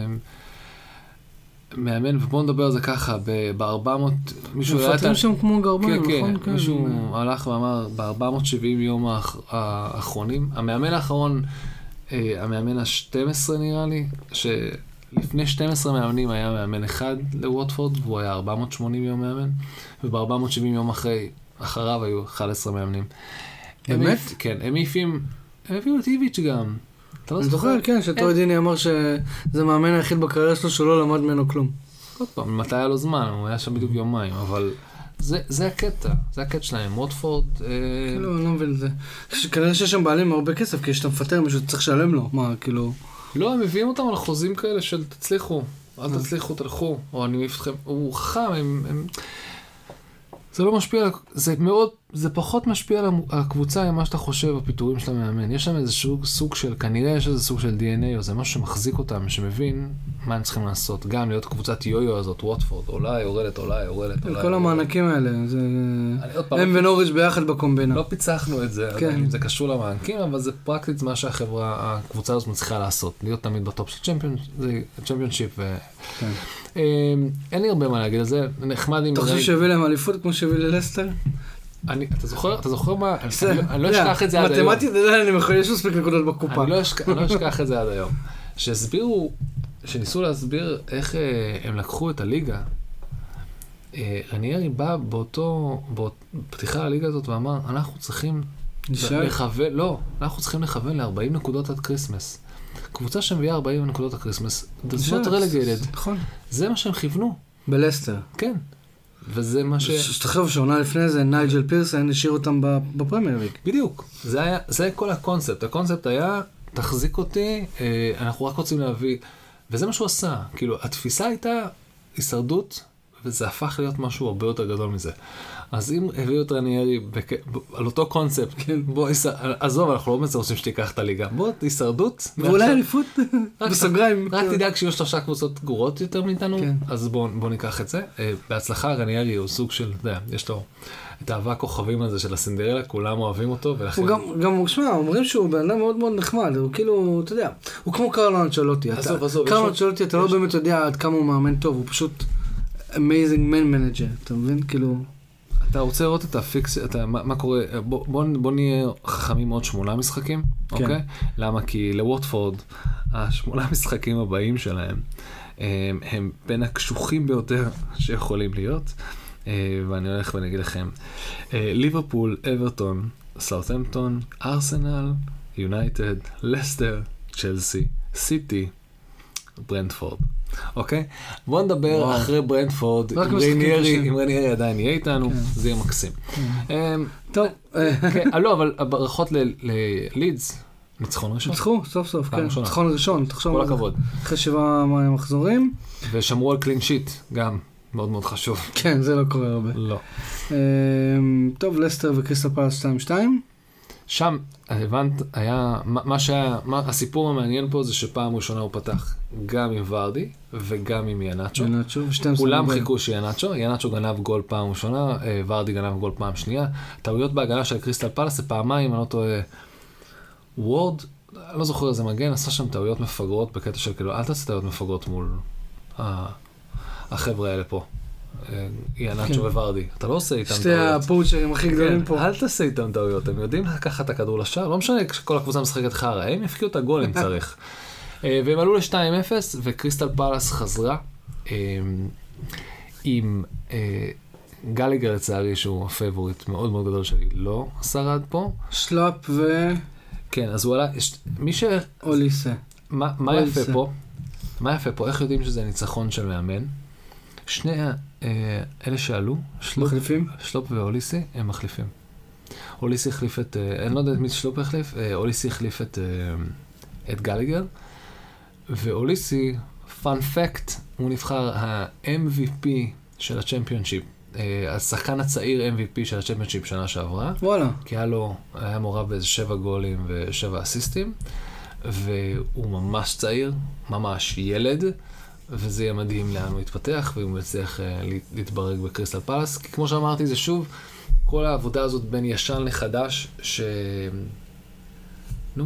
S2: מאמן, ובואו נדבר על זה ככה, ב-ארבע מאות, מישהו...
S1: מפתרים שם כמו גרבן,
S2: כן, כן, מישהו הלך ואמר, ב-ארבע מאות שבעים יום האחרונים, המאמן האחרון, המאמן ה-שתים עשרה נראה לי, ש... לפני שנים עשר מאמנים היה מאמן אחד לווטפורד, והוא היה ארבע מאות ושמונים יום מאמן, וב-ארבע מאות שבעים יום אחרי, אחריו היו אחד עשר מאמנים.
S1: באמת?
S2: כן, הם מעיפים, הם הביאו את איביץ' גם.
S1: אני זוכר, כן, שטוי דיני אמר שזה מאמן היחיד בקריירה שלו שלא למד ממנו כלום.
S2: עוד פעם, מתי היה לו זמן, הוא היה שם בדיוק יומיים, אבל זה הקטע, זה הקטע שלהם, ווטפורד...
S1: לא, אני לא מבין את זה. כנראה שיש שם בעלים הרבה כסף, כי שאתה מפטר מישהו צריך לשלם לו, מה, כאילו...
S2: לא, הם מביאים אותם על חוזים כאלה של תצליחו, אל תצליחו, תלכו, או אני מעיף אתכם, הוא חכם, הם, הם... זה לא משפיע, זה מאוד, זה פחות משפיע על הקבוצה עם מה שאתה חושב, הפיתורים של המאמן. יש שם איזה סוג של, כנראה יש איזה סוג של די אן איי, או זה משהו שמחזיק אותם, שמבין מה הם צריכים לעשות. גם להיות קבוצת יו-יו הזאת, ווטפורד, עולה, יורדת, עולה, יורדת, עולה.
S1: כל המענקים האלה, זה... הם ונוריץ' ביחד בקומבינה.
S2: לא פיצחנו את זה, זה קשור למענקים, אבל זה פרקטית מה שהחברה, הקבוצה הזאת מצליחה לעשות. להיות תמיד בטופ של צ'מפיונשיפ. אין לי הרבה מה להגיד על זה, נחמד עם...
S1: אתה חושב שהביא להם אליפות כמו שהביא ללסטר?
S2: אתה זוכר, אתה זוכר מה? אני לא אשכח את זה עד היום.
S1: מתמטית, אני יכול, יש מספיק נקודות בקופה.
S2: אני לא אשכח את זה עד היום. שהסבירו שניסו להסביר איך הם לקחו את הליגה, רניירי בא באותו, בפתיחה הליגה הזאת ואמר, אנחנו צריכים לכוון, לא, אנחנו צריכים לכוון ל-ארבעים נקודות עד קריסמס. קבוצה שמביאה ארבעים נקודות עד קריסמס, does not relegated.
S1: נכון.
S2: זה מה שהם כיוונו.
S1: בלסטר.
S2: כן. וזה מה ש...
S1: שתחשוב שעונה לפני זה, נייג'ל פירסן השאיר אותם בפרמייר ליג.
S2: בדיוק. זה היה, זה כל הקונספט. הקונספט היה, תחזיק אותי, אנחנו רק רוצים להביא, וזה מה שהוא עשה. כאילו, התפיסה הייתה הישרדות, וזה הפך להיות משהו הרבה יותר גדול מזה. אז אם הביאו את רניירי בק... על אותו קונספט, כן. בוא, עזוב, אנחנו לא באמת רוצים שתיקח את הליגה. בוא, הישרדות.
S1: ואולי אליפות בסוגריים.
S2: רק תדאג שיהיו שלושה קבוצות גרועות יותר מאיתנו, כן. אז בוא, בוא ניקח את זה. בהצלחה, רניירי הוא סוג של, אתה יודע, יש לו את האהבה הכוכבים הזה של הסינדרלה, כולם אוהבים אותו, ולכן...
S1: הוא גם, גם הוא שמע, אומרים שהוא בן אדם מאוד מאוד נחמד, הוא כאילו, אתה יודע, הוא כמו קרלו אנצ'לוטי.
S2: עזוב, עזוב.
S1: קרלו אנצ'לוטי, אתה לא באמת יודע עד כמה הוא מאמן טוב, הוא פשוט amazing man manager, אתה מבין? כאילו...
S2: אתה רוצה לראות את הפיקס, אתה, מה, מה קורה, בוא, בוא, בוא נהיה חכמים עוד שמונה משחקים, כן. אוקיי? למה? כי לווטפורד, השמונה משחקים הבאים שלהם, הם, הם בין הקשוחים ביותר שיכולים להיות, ואני הולך ואני אגיד לכם, ליברפול, אברטון, סאות'המפטון, ארסנל, יונייטד, לסטר, צ'לסי, סיטי, ברנטפורד. אוקיי? בואו נדבר וואו. אחרי ברנטפורד, אם רניירי, אם רניירי עדיין יהיה איתנו, כן. זה יהיה מקסים. כן.
S1: טוב.
S2: כן, לא, אבל ברכות ללידס, ניצחון ראשון.
S1: ניצחו, סוף סוף, כן. ניצחון ראשון, תחשוב.
S2: כל הכבוד.
S1: אחרי שבעה מחזורים.
S2: ושמרו על קלין שיט, גם מאוד מאוד חשוב.
S1: כן, זה לא קורה הרבה.
S2: לא.
S1: טוב, לסטר וקריסטל פלאס שתיים שתיים.
S2: שם, הבנת, היה, מה שהיה, מה, הסיפור המעניין פה זה שפעם ראשונה הוא פתח גם עם ורדי וגם עם ינאצ'ו.
S1: ינאצ'ו,
S2: כולם חיכו שינאצ'ו, ינאצ'ו גנב גול פעם ראשונה, ורדי גנב גול פעם שנייה. טעויות בהגנה של קריסטל פלאס זה פעמיים, אני לא טועה, וורד, אני לא זוכר איזה מגן, עשה שם טעויות מפגרות בקטע של כאילו, אל תעשה טעויות מפגרות מול החבר'ה האלה פה. ינאצ'ו וורדי, אתה לא עושה איתם טעויות.
S1: שתי הפוצ'רים הכי גדולים פה.
S2: אל תעשה איתם טעויות, הם יודעים לקחת את הכדור לשער, לא משנה כשכל הקבוצה משחקת חרה, הם יפקיעו את הגול אם צריך. והם עלו ל-שתיים אפס, וקריסטל פלאס חזרה עם גליגר לצערי, שהוא הפייבוריט מאוד מאוד גדול שלי, לא שרד פה.
S1: שלאפ ו...
S2: כן, אז הוא עלה, מי ש...
S1: אוליסה.
S2: מה יפה פה? מה יפה פה? איך יודעים שזה ניצחון של מאמן? שני אלה שעלו,
S1: מחליפים?
S2: שלופ ואוליסי, הם מחליפים. אוליסי החליף את, אני לא יודע את מי שלופ החליף, אוליסי החליף את, את גליגר, ואוליסי, פאנ פקט, הוא נבחר ה-אם וי פי של הצ'מפיונשיפ, השחקן הצעיר אם וי פי של הצ'מפיונשיפ שנה שעברה.
S1: וואלה.
S2: כי היה לו, היה מעורב באיזה שבע גולים ושבע אסיסטים, והוא ממש צעיר, ממש ילד, וזה יהיה מדהים לאן הוא יתפתח, והוא מצליח להתברג בקריסטל פלאס, כי כמו שאמרתי, זה שוב, כל העבודה הזאת בין ישן לחדש, ש... נו.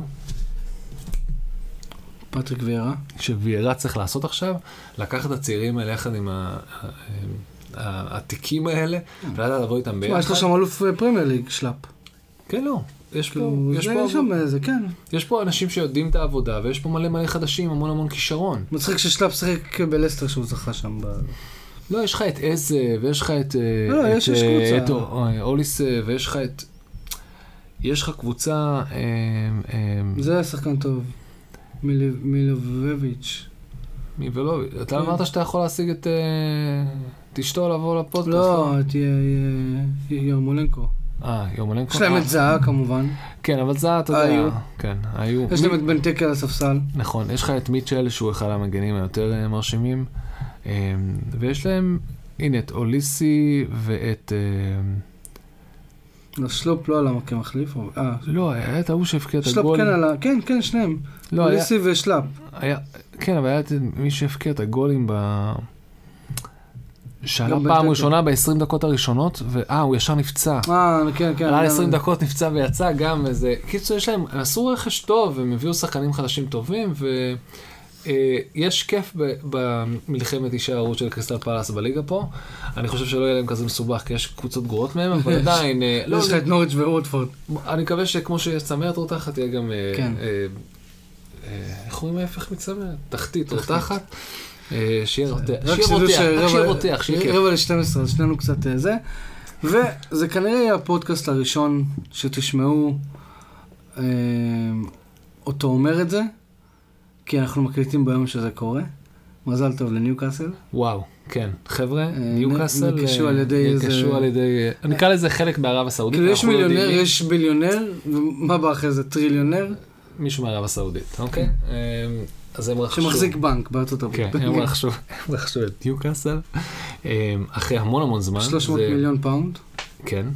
S1: פטריק ויירה.
S2: שוויירה צריך לעשות עכשיו, לקחת את הצעירים האלה יחד עם העתיקים האלה, ולדעת לבוא איתם ביחד.
S1: יש לו שם אלוף פרמייר ליג, שלאפ.
S2: כן, לא. יש פה, יש פה,
S1: שם איזה, כן.
S2: יש פה אנשים שיודעים את העבודה, ויש פה מלא מלא חדשים, המון המון כישרון.
S1: מצחיק ששלאפ שחק בלסטר שהוא זכה שם.
S2: לא, יש לך את איזה, ויש לך את...
S1: לא, יש קבוצה.
S2: אוליס, ויש לך את... יש לך קבוצה...
S1: זה שחקן טוב. מילובביץ'.
S2: מילובביץ'. אתה אמרת שאתה יכול להשיג את... תשתו לבוא לפודקאסט.
S1: לא, את ירמולנקו.
S2: אה, ירמולנקו.
S1: יש להם את זהה כמובן.
S2: כן, אבל זהה, אתה יודע. כן, היו.
S1: יש להם את בנטקה על הספסל.
S2: נכון, יש לך את מיטשל שהוא אחד המגנים היותר מרשימים. ויש להם, הנה, את אוליסי ואת...
S1: לא, שלופ לא עלה כמחליף.
S2: לא, היה את ההוא שהפקיע את הגול.
S1: שלופ כן עלה, כן, כן, שניהם. אוליסי ושלאפ.
S2: כן, אבל היה את מי שהפקיע את הגולים ב... שעלה פעם ראשונה ב-עשרים דקות הראשונות, ואה, הוא ישר נפצע.
S1: אה, כן, כן.
S2: עלה עשרים דקות נפצע ויצא גם איזה... קיצור, יש להם, עשו רכש טוב, הם הביאו שחקנים חדשים טובים, ויש כיף במלחמת הישארות של קריסטל פלאס בליגה פה. אני חושב שלא יהיה להם כזה מסובך, כי יש קבוצות גרועות מהם, אבל עדיין...
S1: יש לך את נוריץ' ורוטפורד.
S2: אני מקווה שכמו שצמרת רותחת, תהיה גם איך אומרים ההפך מצמרת? תחתית, רותחת. שיהיה רותח,
S1: רק
S2: שיהיה רותח, שיהיה כיף.
S1: רבע ל-שתים עשרה, אז שנינו קצת זה. וזה כנראה הפודקאסט הראשון שתשמעו אותו אומר את זה, כי אנחנו מקליטים ביום שזה קורה. מזל טוב לניוקאסל.
S2: וואו, כן. חבר'ה, ניוקאסל
S1: נקשו על ידי איזה...
S2: נקשו על ידי... אני אקרא לזה חלק בערב הסעודית.
S1: כאילו יש מיליונר, יש ביליונר, ומה בא אחרי זה? טריליונר?
S2: מישהו מערב הסעודית, אוקיי? אז הם רכשו...
S1: שמחזיק בנק בארצות הברית.
S2: כן, הם רכשו את ניוקאסל. אחרי המון המון זמן.
S1: שלוש מאות מיליון פאונד.
S2: כן.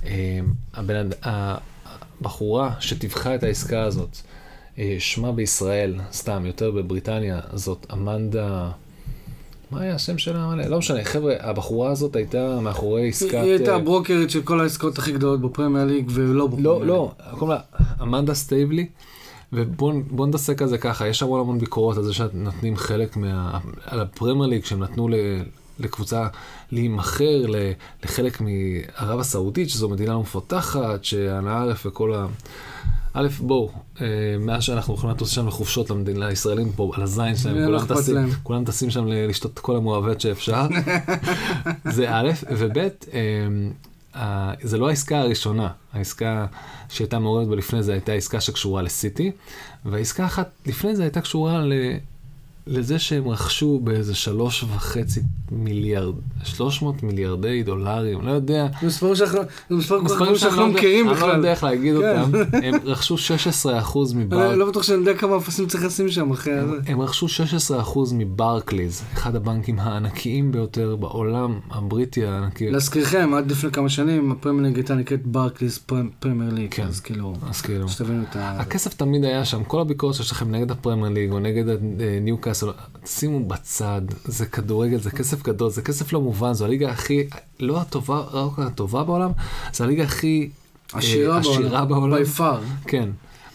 S2: הבחורה שתבחה את העסקה הזאת, שמה בישראל, סתם, יותר בבריטניה, זאת אמנדה... מה היה השם שלה? לא משנה, חבר'ה, הבחורה הזאת הייתה מאחורי עסקת...
S1: היא הייתה הברוקרית של כל העסקות הכי גדולות בפרמייר ליג, ולא בפרמייר ליג.
S2: לא, לא, קוראים לה אמנדה סטייבלי, ובואו נדסק על זה ככה, יש המון המון ביקורות על זה שנותנים חלק מה... על הפרמייר ליג, שהם נתנו לקבוצה להימחר לחלק מערב הסעודית, שזו מדינה לא מפותחת, שהנערף וכל ה... א', בואו, מאז שאנחנו יכולים לטוס שם לחופשות למדינה, הישראלים פה על הזין שלהם, כולם טסים שם לשתות כל המואבט שאפשר. זה א', וב', זה לא העסקה הראשונה. העסקה שהייתה מעורבת בלפני זה הייתה עסקה שקשורה לסיטי, והעסקה אחת לפני זה הייתה קשורה לזה שהם רכשו באיזה שלוש וחצי מיליארד, שלוש מאות מיליארדי דולרים, לא יודע.
S1: זה מספרים שאנחנו לא מכירים בכלל.
S2: אני לא יודע איך להגיד אותם. הם רכשו שש עשרה אחוז מברקליז.
S1: לא בטוח שאני יודע כמה אפסים צריך לשים שם אחרי זה.
S2: הם רכשו שש עשרה אחוז מברקליז, אחד הבנקים הענקיים ביותר בעולם, הבריטי הענקי.
S1: להזכירכם, עד לפני כמה שנים, הפרמייר ליג הייתה נקראת ברקליז פרמייר ליג.
S2: כן,
S1: אז כאילו,
S2: אז
S1: שתבינו את ה...
S2: הכסף תמיד היה שם, כל הביקורת שיש לכם נגד הפרמייר ליג או נגד ניוקאסל, שימו בצד, זה כדורגל, זה כסף גדול, זה כסף לא מובן, זו הליגה הכי, לא הטובה, רק הטובה בעולם, זו הליגה הכי עשירה בעולם.
S1: by far.
S2: כן.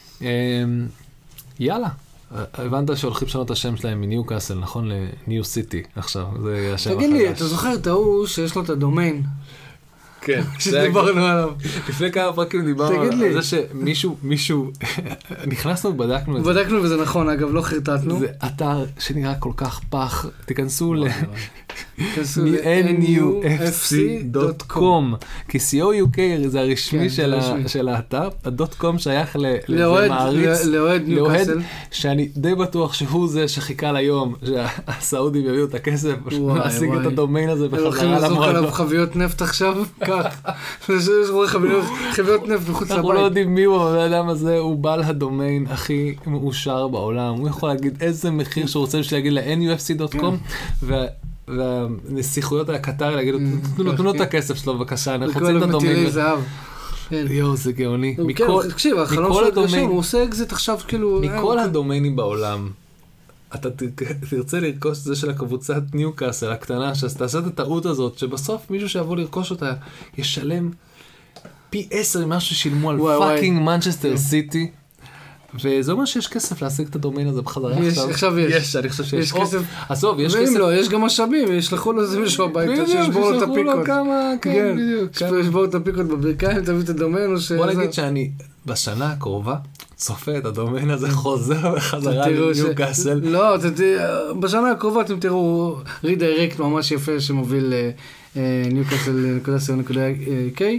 S2: יאללה. הבנת שהולכים לשנות את השם שלהם מניוקאסל, נכון? לניו סיטי עכשיו, זה השם החדש.
S1: תגיד לי, אתה זוכר את ההוא שיש לו את הדומיין?
S2: כן.
S1: שדיברנו עליו.
S2: לפני כמה פרקים דיברנו על זה שמישהו, מישהו, נכנסנו ובדקנו את זה.
S1: בדקנו וזה נכון, אגב, לא חרטטנו.
S2: זה אתר שנראה כל כך פח, תיכנסו ל...
S1: אן יו אף סי דוט קום,
S2: כי סי או יו קיי זה הרשמי של האתר, הדוט קום שייך למעריץ,
S1: לאוהד ניוקאסל,
S2: שאני די בטוח שהוא זה שחיכה ליום שהסעודים יביאו את הכסף, להשיג את הדומיין הזה בחזרה למועדון.
S1: הולכים לזרוק עליו חביות נפט עכשיו, כך, יש רואה חביות נפט מחוץ לבית.
S2: אנחנו לא יודעים מי הוא, האדם הזה הוא בעל הדומיין הכי מאושר בעולם, הוא יכול להגיד איזה מחיר שהוא רוצה להגיד ל-אן יו אף סי דוט קום, והנסיכויות הקטרי להגיד, תנו לו את הכסף שלו בבקשה, אנחנו רוצים את הדומיין. יואו, זה גאוני.
S1: תקשיב, החלום שלו קשור, הוא עושה אקזיט עכשיו כאילו...
S2: מכל הדומיינים בעולם, אתה תרצה לרכוש את זה של הקבוצת ניוקאסל הקטנה, שתעשה את הטעות הזאת, שבסוף מישהו שיבוא לרכוש אותה, ישלם פי עשר ממה ששילמו על פאקינג מנצ'סטר סיטי, וזה אומר שיש כסף להשיג את הדומיין הזה בחזרה עכשיו.
S1: עכשיו יש.
S2: יש, אני חושב שיש.
S1: יש כסף.
S2: עזוב, יש כסף.
S1: ואם לא, יש גם משאבים, ישלחו לו איזה מישהו הביתה, שישבור לו את הפיקות.
S2: שישלחו לו כמה, כן, בדיוק.
S1: שישבור את הפיקות בברכיים, תביא את הדומיין או ש...
S2: בוא נגיד שאני בשנה הקרובה צופה את הדומיין הזה חוזר בחזרה לניוקאסל.
S1: לא, בשנה הקרובה אתם תראו רידיירקט ממש יפה שמוביל ניוקאסל נקודה סי או נקודה קיי.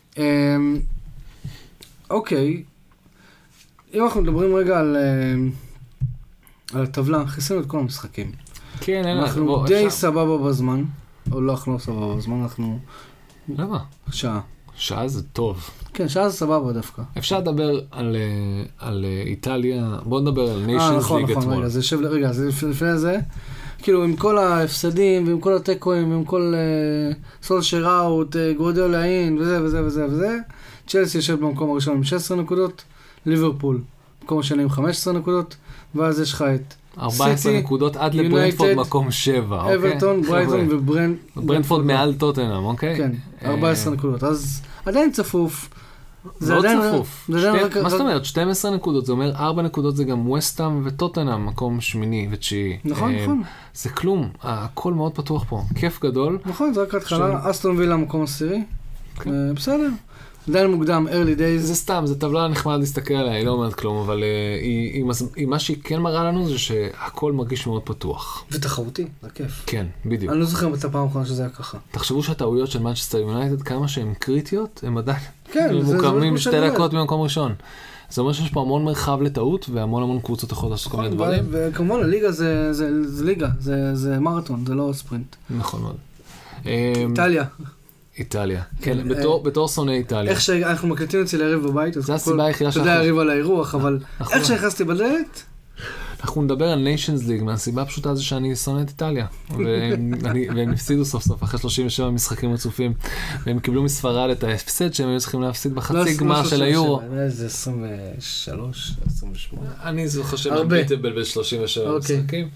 S1: אוקיי. אם אנחנו מדברים רגע על, על הטבלה, חיסינו את כל המשחקים.
S2: כן, אין
S1: אנחנו בוא, די אפשר. סבבה בזמן, או לא, אנחנו לא סבבה בזמן, אנחנו...
S2: למה?
S1: שעה. שעה
S2: זה טוב.
S1: כן, שעה זה סבבה דווקא.
S2: אפשר לדבר על, על איטליה, בוא נדבר על ניישנס ליג אתמול.
S1: נכון, נכון, רגע, זה שב, רגע, זה לפני זה, כאילו עם כל ההפסדים, ועם כל הטקואים, ועם כל uh, סולשר אאוט, uh, גורדיולה אין, וזה וזה וזה וזה, צ'לסי יושב במקום הראשון עם שש עשרה נקודות, ליברפול, מקום השני עם חמש עשרה נקודות, ואז יש לך את
S2: ארבע עשרה נקודות עד לברנטפורד מקום שבע, אוקיי?
S1: אברטון, ברייטון וברנטפורד.
S2: ברנטפורד מעל טוטנהאם, אוקיי?
S1: כן, ארבע עשרה נקודות, אז עדיין צפוף.
S2: זה לא צפוף. מה זאת אומרת? שתים עשרה נקודות, זה אומר ארבע נקודות זה גם ווסטהאם וטוטנהאם, מקום שמיני ותשיעי.
S1: נכון, נכון.
S2: זה כלום, הכל מאוד פתוח פה, כיף גדול.
S1: נכון, זה רק התחלה, אסטון וילה מקום עשירי. בסדר. עדיין מוקדם, early days.
S2: זה סתם, זה טבלה נחמד להסתכל עליה, היא לא אומרת כלום, אבל uh, היא, היא, היא, מה שהיא כן מראה לנו זה שהכל מרגיש מאוד פתוח.
S1: ותחרותי, זה כיף.
S2: כן, בדיוק.
S1: אני לא זוכר את הפעם האחרונה שזה היה ככה.
S2: תחשבו שהטעויות של מנצ'סטר יונייטד, כמה שהן קריטיות, הם עדיין
S1: כן, זה,
S2: מוקמים
S1: זה
S2: שתי דקות במקום ראשון. זה אומר שיש פה המון מרחב לטעות, והמון המון קבוצות יכולות לעשות כל מיני דברים.
S1: וכמובן, הליגה זה, זה, זה ליגה, זה, זה מרתון, זה לא ספרינט.
S2: נכון מאוד.
S1: איטליה.
S2: איטליה. כן, בתור, בתור שונא איטליה.
S1: איך שאנחנו מקליטים אצל יריב בבית,
S2: זה הסיבה היחידה
S1: שאנחנו... אתה יודע, יריב על האירוח, אבל איך שנכנסתי בדלת...
S2: אנחנו נדבר על ניישנס ליג, מהסיבה הפשוטה זה שאני שונא את איטליה. והם הפסידו סוף סוף, אחרי שלושים ושבע משחקים רצופים, והם קיבלו מספרד את ההפסד שהם היו צריכים להפסיד בחצי גמר של היורו.
S1: זה עשרים ושלוש, עשרים ושמונה.
S2: אני חושב ביטבל ב-שלושים ושבע משחקים.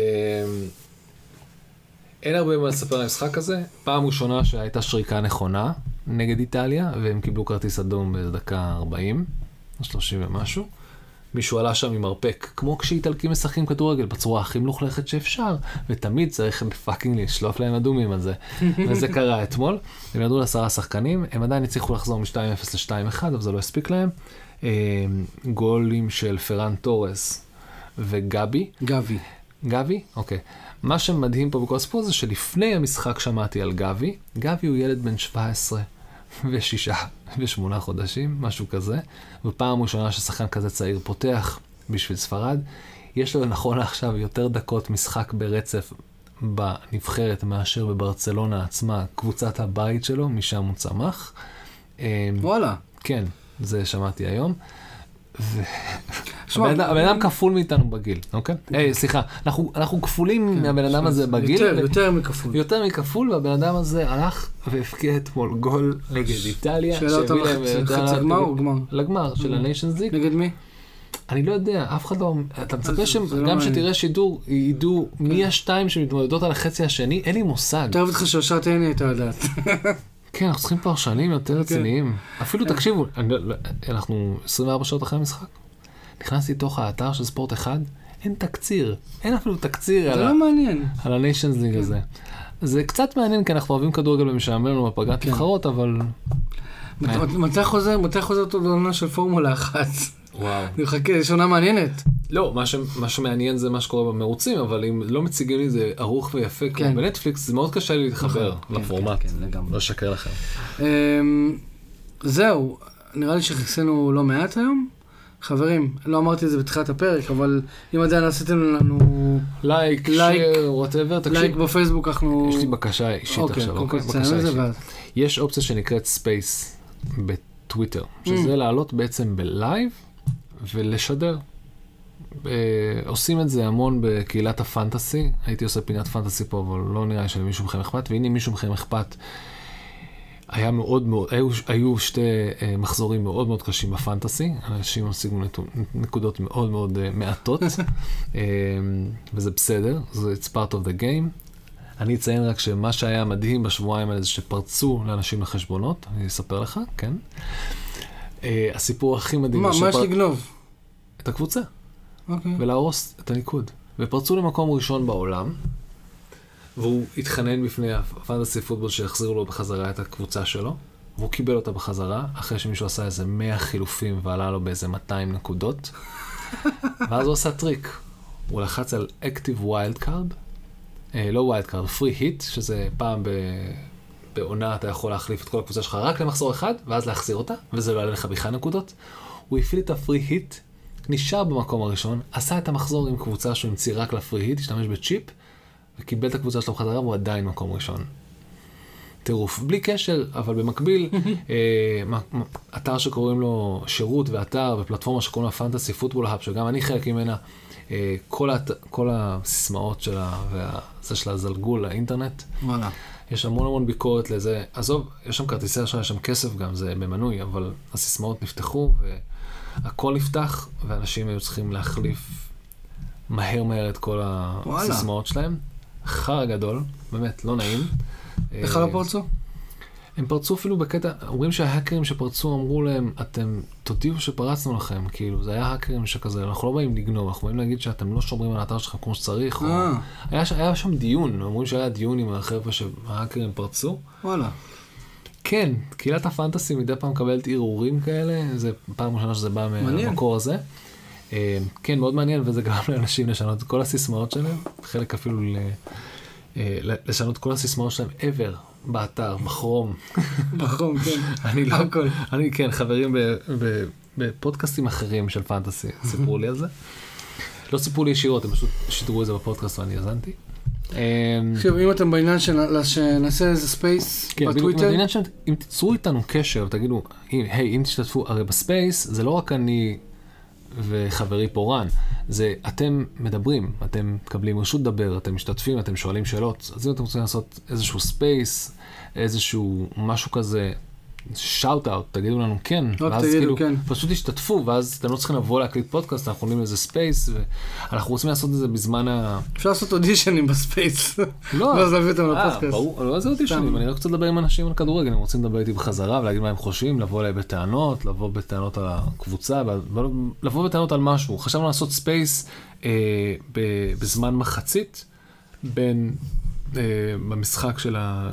S2: אין הרבה מה לספר על המשחק הזה. פעם ראשונה שהייתה שריקה נכונה נגד איטליה, והם קיבלו כרטיס אדום בדקה ארבעים, שלושים ומשהו. מישהו עלה שם עם מרפק, כמו כשאיטלקים משחקים כדורגל, בצורה הכי מלוכלכת שאפשר, ותמיד צריך פאקינג לשלוף להם אדומים על זה. וזה קרה אתמול. הם ירדו לעשרה שחקנים, הם עדיין הצליחו לחזור מ-שתיים אפס ל-שתיים אחד, אבל זה לא הספיק להם. גולים של פרן טורס וגבי.
S1: גבי.
S2: גבי? אוקיי. מה שמדהים פה בכל הסיפור זה שלפני המשחק שמעתי על גבי. גבי הוא ילד בן שבע עשרה ושישה ושמונה חודשים, משהו כזה. ופעם ראשונה ששחקן כזה צעיר פותח בשביל ספרד. יש לו נכון עכשיו יותר דקות משחק ברצף בנבחרת מאשר בברצלונה עצמה, קבוצת הבית שלו, משם הוא צמח.
S1: וואלה.
S2: כן, זה שמעתי היום. הבן אדם כפול מאיתנו בגיל, אוקיי? היי, סליחה, אנחנו כפולים מהבן אדם הזה בגיל.
S1: יותר מכפול.
S2: יותר מכפול, והבן אדם הזה הלך והפקיע אתמול גול נגד איטליה.
S1: שאלה אותם לחצי גמר או גמר?
S2: לגמר של הניישנס ליג.
S1: נגד מי?
S2: אני לא יודע, אף אחד לא... אתה מצפה שגם שתראה שידור, ידעו מי השתיים שמתמודדות על החצי השני, אין לי מושג.
S1: תאהב אותך שאושר תהני, אתה יודעת.
S2: כן, אנחנו צריכים פרשנים יותר רציניים. אפילו תקשיבו, אנחנו עשרים וארבע שעות אחרי המשחק. נכנסתי לתוך האתר של ספורט אחד, אין תקציר. אין אפילו תקציר על הניישנס ליג הזה. זה קצת מעניין, כי אנחנו אוהבים כדורגל ומשעמם לנו בפגרת נבחרות, אבל...
S1: מתי חוזר, מתי חוזר אותו לעונה של פורמולה אחת?
S2: וואו.
S1: אני מחכה, יש עונה מעניינת.
S2: לא, מה שמעניין זה מה שקורה במרוצים, אבל אם לא מציגים לי זה ערוך ויפה, כמו בנטפליקס, זה מאוד קשה לי להתחבר לפורמט. לא שקר לכם.
S1: זהו, נראה לי שחיכינו לא מעט היום. חברים, לא אמרתי את זה בתחילת הפרק, אבל אם עדיין עשיתם לנו...
S2: לייק, שייר, וואטאבר, תקשיב.
S1: לייק בפייסבוק, אנחנו...
S2: יש לי בקשה אישית עכשיו.
S1: אוקיי, בקשה אישית.
S2: יש אופציה שנקראת ספייס בטוויטר, שזה לעלות בעצם בלייב ולשדר. עושים את זה המון בקהילת הפנטסי. הייתי עושה פינת פנטסי פה, אבל לא נראה לי שלמישהו מכם אכפת, והנה מישהו מכם אכפת. היה מאוד מאוד, היו, היו שתי uh, מחזורים מאוד מאוד קשים בפנטסי, אנשים השיגו נקודות מאוד מאוד uh, מעטות, uh, וזה בסדר, זה it's part of the game. אני אציין רק שמה שהיה מדהים בשבועיים האלה זה שפרצו לאנשים לחשבונות, אני אספר לך, כן? Uh, הסיפור הכי מדהים...
S1: מה, מה יש לגנוב?
S2: את הקבוצה.
S1: אוקיי. Okay.
S2: ולהרוס את הניקוד. ופרצו למקום ראשון בעולם, והוא התחנן בפני הפנטסי פוטבול שיחזירו לו בחזרה את הקבוצה שלו, והוא קיבל אותה בחזרה, אחרי שמישהו עשה איזה מאה חילופים ועלה לו באיזה מאתיים נקודות, ואז הוא עשה טריק. הוא לחץ על Active Wildcard, אה, לא Wildcard, Free Hit, שזה פעם ב... בעונה אתה יכול להחליף את כל הקבוצה שלך רק למחזור אחד, ואז להחזיר אותה, וזה לא עלה לך בכלל נקודות. הוא הפעיל את ה-Free Hit, נשאר במקום הראשון, עשה את המחזור עם קבוצה שהוא המציא רק ל-Free Hit, השתמש בצ'יפ, וקיבל את הקבוצה שלו בחזרה, והוא עדיין מקום ראשון. טירוף. בלי קשר, אבל במקביל, אתר שקוראים לו שירות ואתר, ופלטפורמה שקוראים לה פנטסי פוטבול האב, שגם אני חלק ממנה, כל הסיסמאות שלה, וזה שלה זלגו לאינטרנט.
S1: וואלה.
S2: יש המון המון ביקורת לזה. עזוב, יש שם כרטיסי אשראי, יש שם כסף גם, זה במנוי, אבל הסיסמאות נפתחו, והכל נפתח, ואנשים היו צריכים להחליף מהר מהר את כל הסיסמאות שלהם. חר גדול, באמת, לא נעים.
S1: איך לא פרצו?
S2: הם פרצו אפילו בקטע, אומרים שההקרים שפרצו אמרו להם, אתם תודיעו שפרצנו לכם, כאילו, זה היה הקרים שכזה, אנחנו לא באים לגנוב, אנחנו באים להגיד שאתם לא שומרים על האתר שלכם כמו שצריך, או... היה, היה שם דיון, אומרים שהיה דיון עם החבר'ה שההקרים פרצו.
S1: וואלה.
S2: כן, קהילת הפנטסי מדי פעם מקבלת ערעורים כאלה, זה פעם ראשונה שזה בא מהמקור הזה. כן, מאוד מעניין, וזה גרם לאנשים לשנות את כל הסיסמאות שלהם, חלק אפילו לשנות כל הסיסמאות שלהם ever באתר, בחרום.
S1: בחרום, כן.
S2: אני לא, אני כן, חברים בפודקאסטים אחרים של פנטסי, סיפרו לי על זה. לא סיפרו לי ישירות, הם פשוט שידרו את זה בפודקאסט ואני יזנתי.
S1: עכשיו, אם אתם בעניין שנעשה איזה ספייס בטוויטר.
S2: אם תיצרו איתנו קשר ותגידו, היי, אם תשתתפו, הרי בספייס זה לא רק אני וחברי פורן, זה אתם מדברים, אתם מקבלים רשות לדבר, אתם משתתפים, אתם שואלים שאלות, אז אם אתם רוצים לעשות איזשהו ספייס, איזשהו משהו כזה, שאוט-אוט, תגידו לנו כן, ואז כאילו, פשוט תשתתפו, ואז אתם לא צריכים לבוא להקליט פודקאסט, אנחנו עולים איזה ספייס, ואנחנו רוצים לעשות את זה בזמן ה...
S1: אפשר לעשות אודישנים בספייס,
S2: לא,
S1: ואז להביא אותם לפודקאסט.
S2: ברור, לא זה אודישנים, אני רק רוצה לדבר עם אנשים על כדורגל, הם רוצים לדבר איתי בחזרה, ולהגיד מה הם חושבים, לבוא אליי בטענות, לבוא בטענות על הקבוצה, לבוא בטענות על משהו. חשבנו לעשות ספייס בזמן מחצית, בין, במשחק של ה...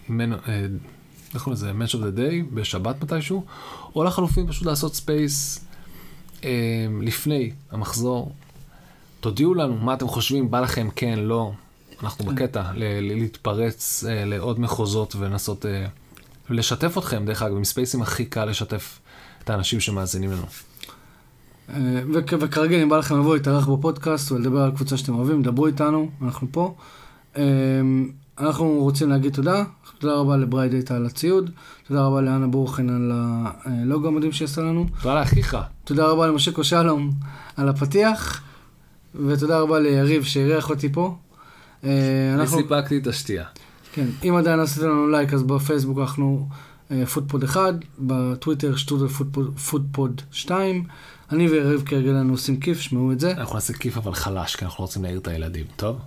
S2: איך קוראים לזה? Match of the Day, בשבת מתישהו, או לחלופין פשוט לעשות ספייס אה, לפני המחזור. תודיעו לנו מה אתם חושבים, בא לכם כן, לא. אנחנו בקטע ל- להתפרץ אה, לעוד מחוזות ולנסות אה, לשתף אתכם, דרך אגב, עם ספייסים הכי קל לשתף את האנשים שמאזינים לנו.
S1: אה, וכ- וכרגע אם בא לכם לבוא להתארח בפודקאסט ולדבר על קבוצה שאתם אוהבים, דברו איתנו, אנחנו פה. אה, אנחנו רוצים להגיד תודה. תודה רבה לברייד דאטה על הציוד, תודה רבה לאנה בורחן על הלוגו המדהים שעשה לנו.
S2: תודה לאחיך.
S1: תודה רבה למשיקו שלום על הפתיח, ותודה רבה ליריב שאירח אותי פה.
S2: אני סיפקתי את השתייה.
S1: כן, אם עדיין עשיתם לנו לייק, אז בפייסבוק אנחנו פוטפוד אחד, בטוויטר שטודל פוטפוד שתיים, אני ויריב כרגלנו עושים כיף, שמעו את זה.
S2: אנחנו נעשה כיף אבל חלש, כי אנחנו רוצים להעיר את הילדים, טוב?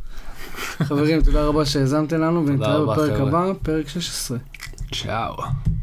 S1: חברים, תודה רבה שהזמתם לנו, ונתראה בפרק הבא, פרק שש עשרה.
S2: צ'או.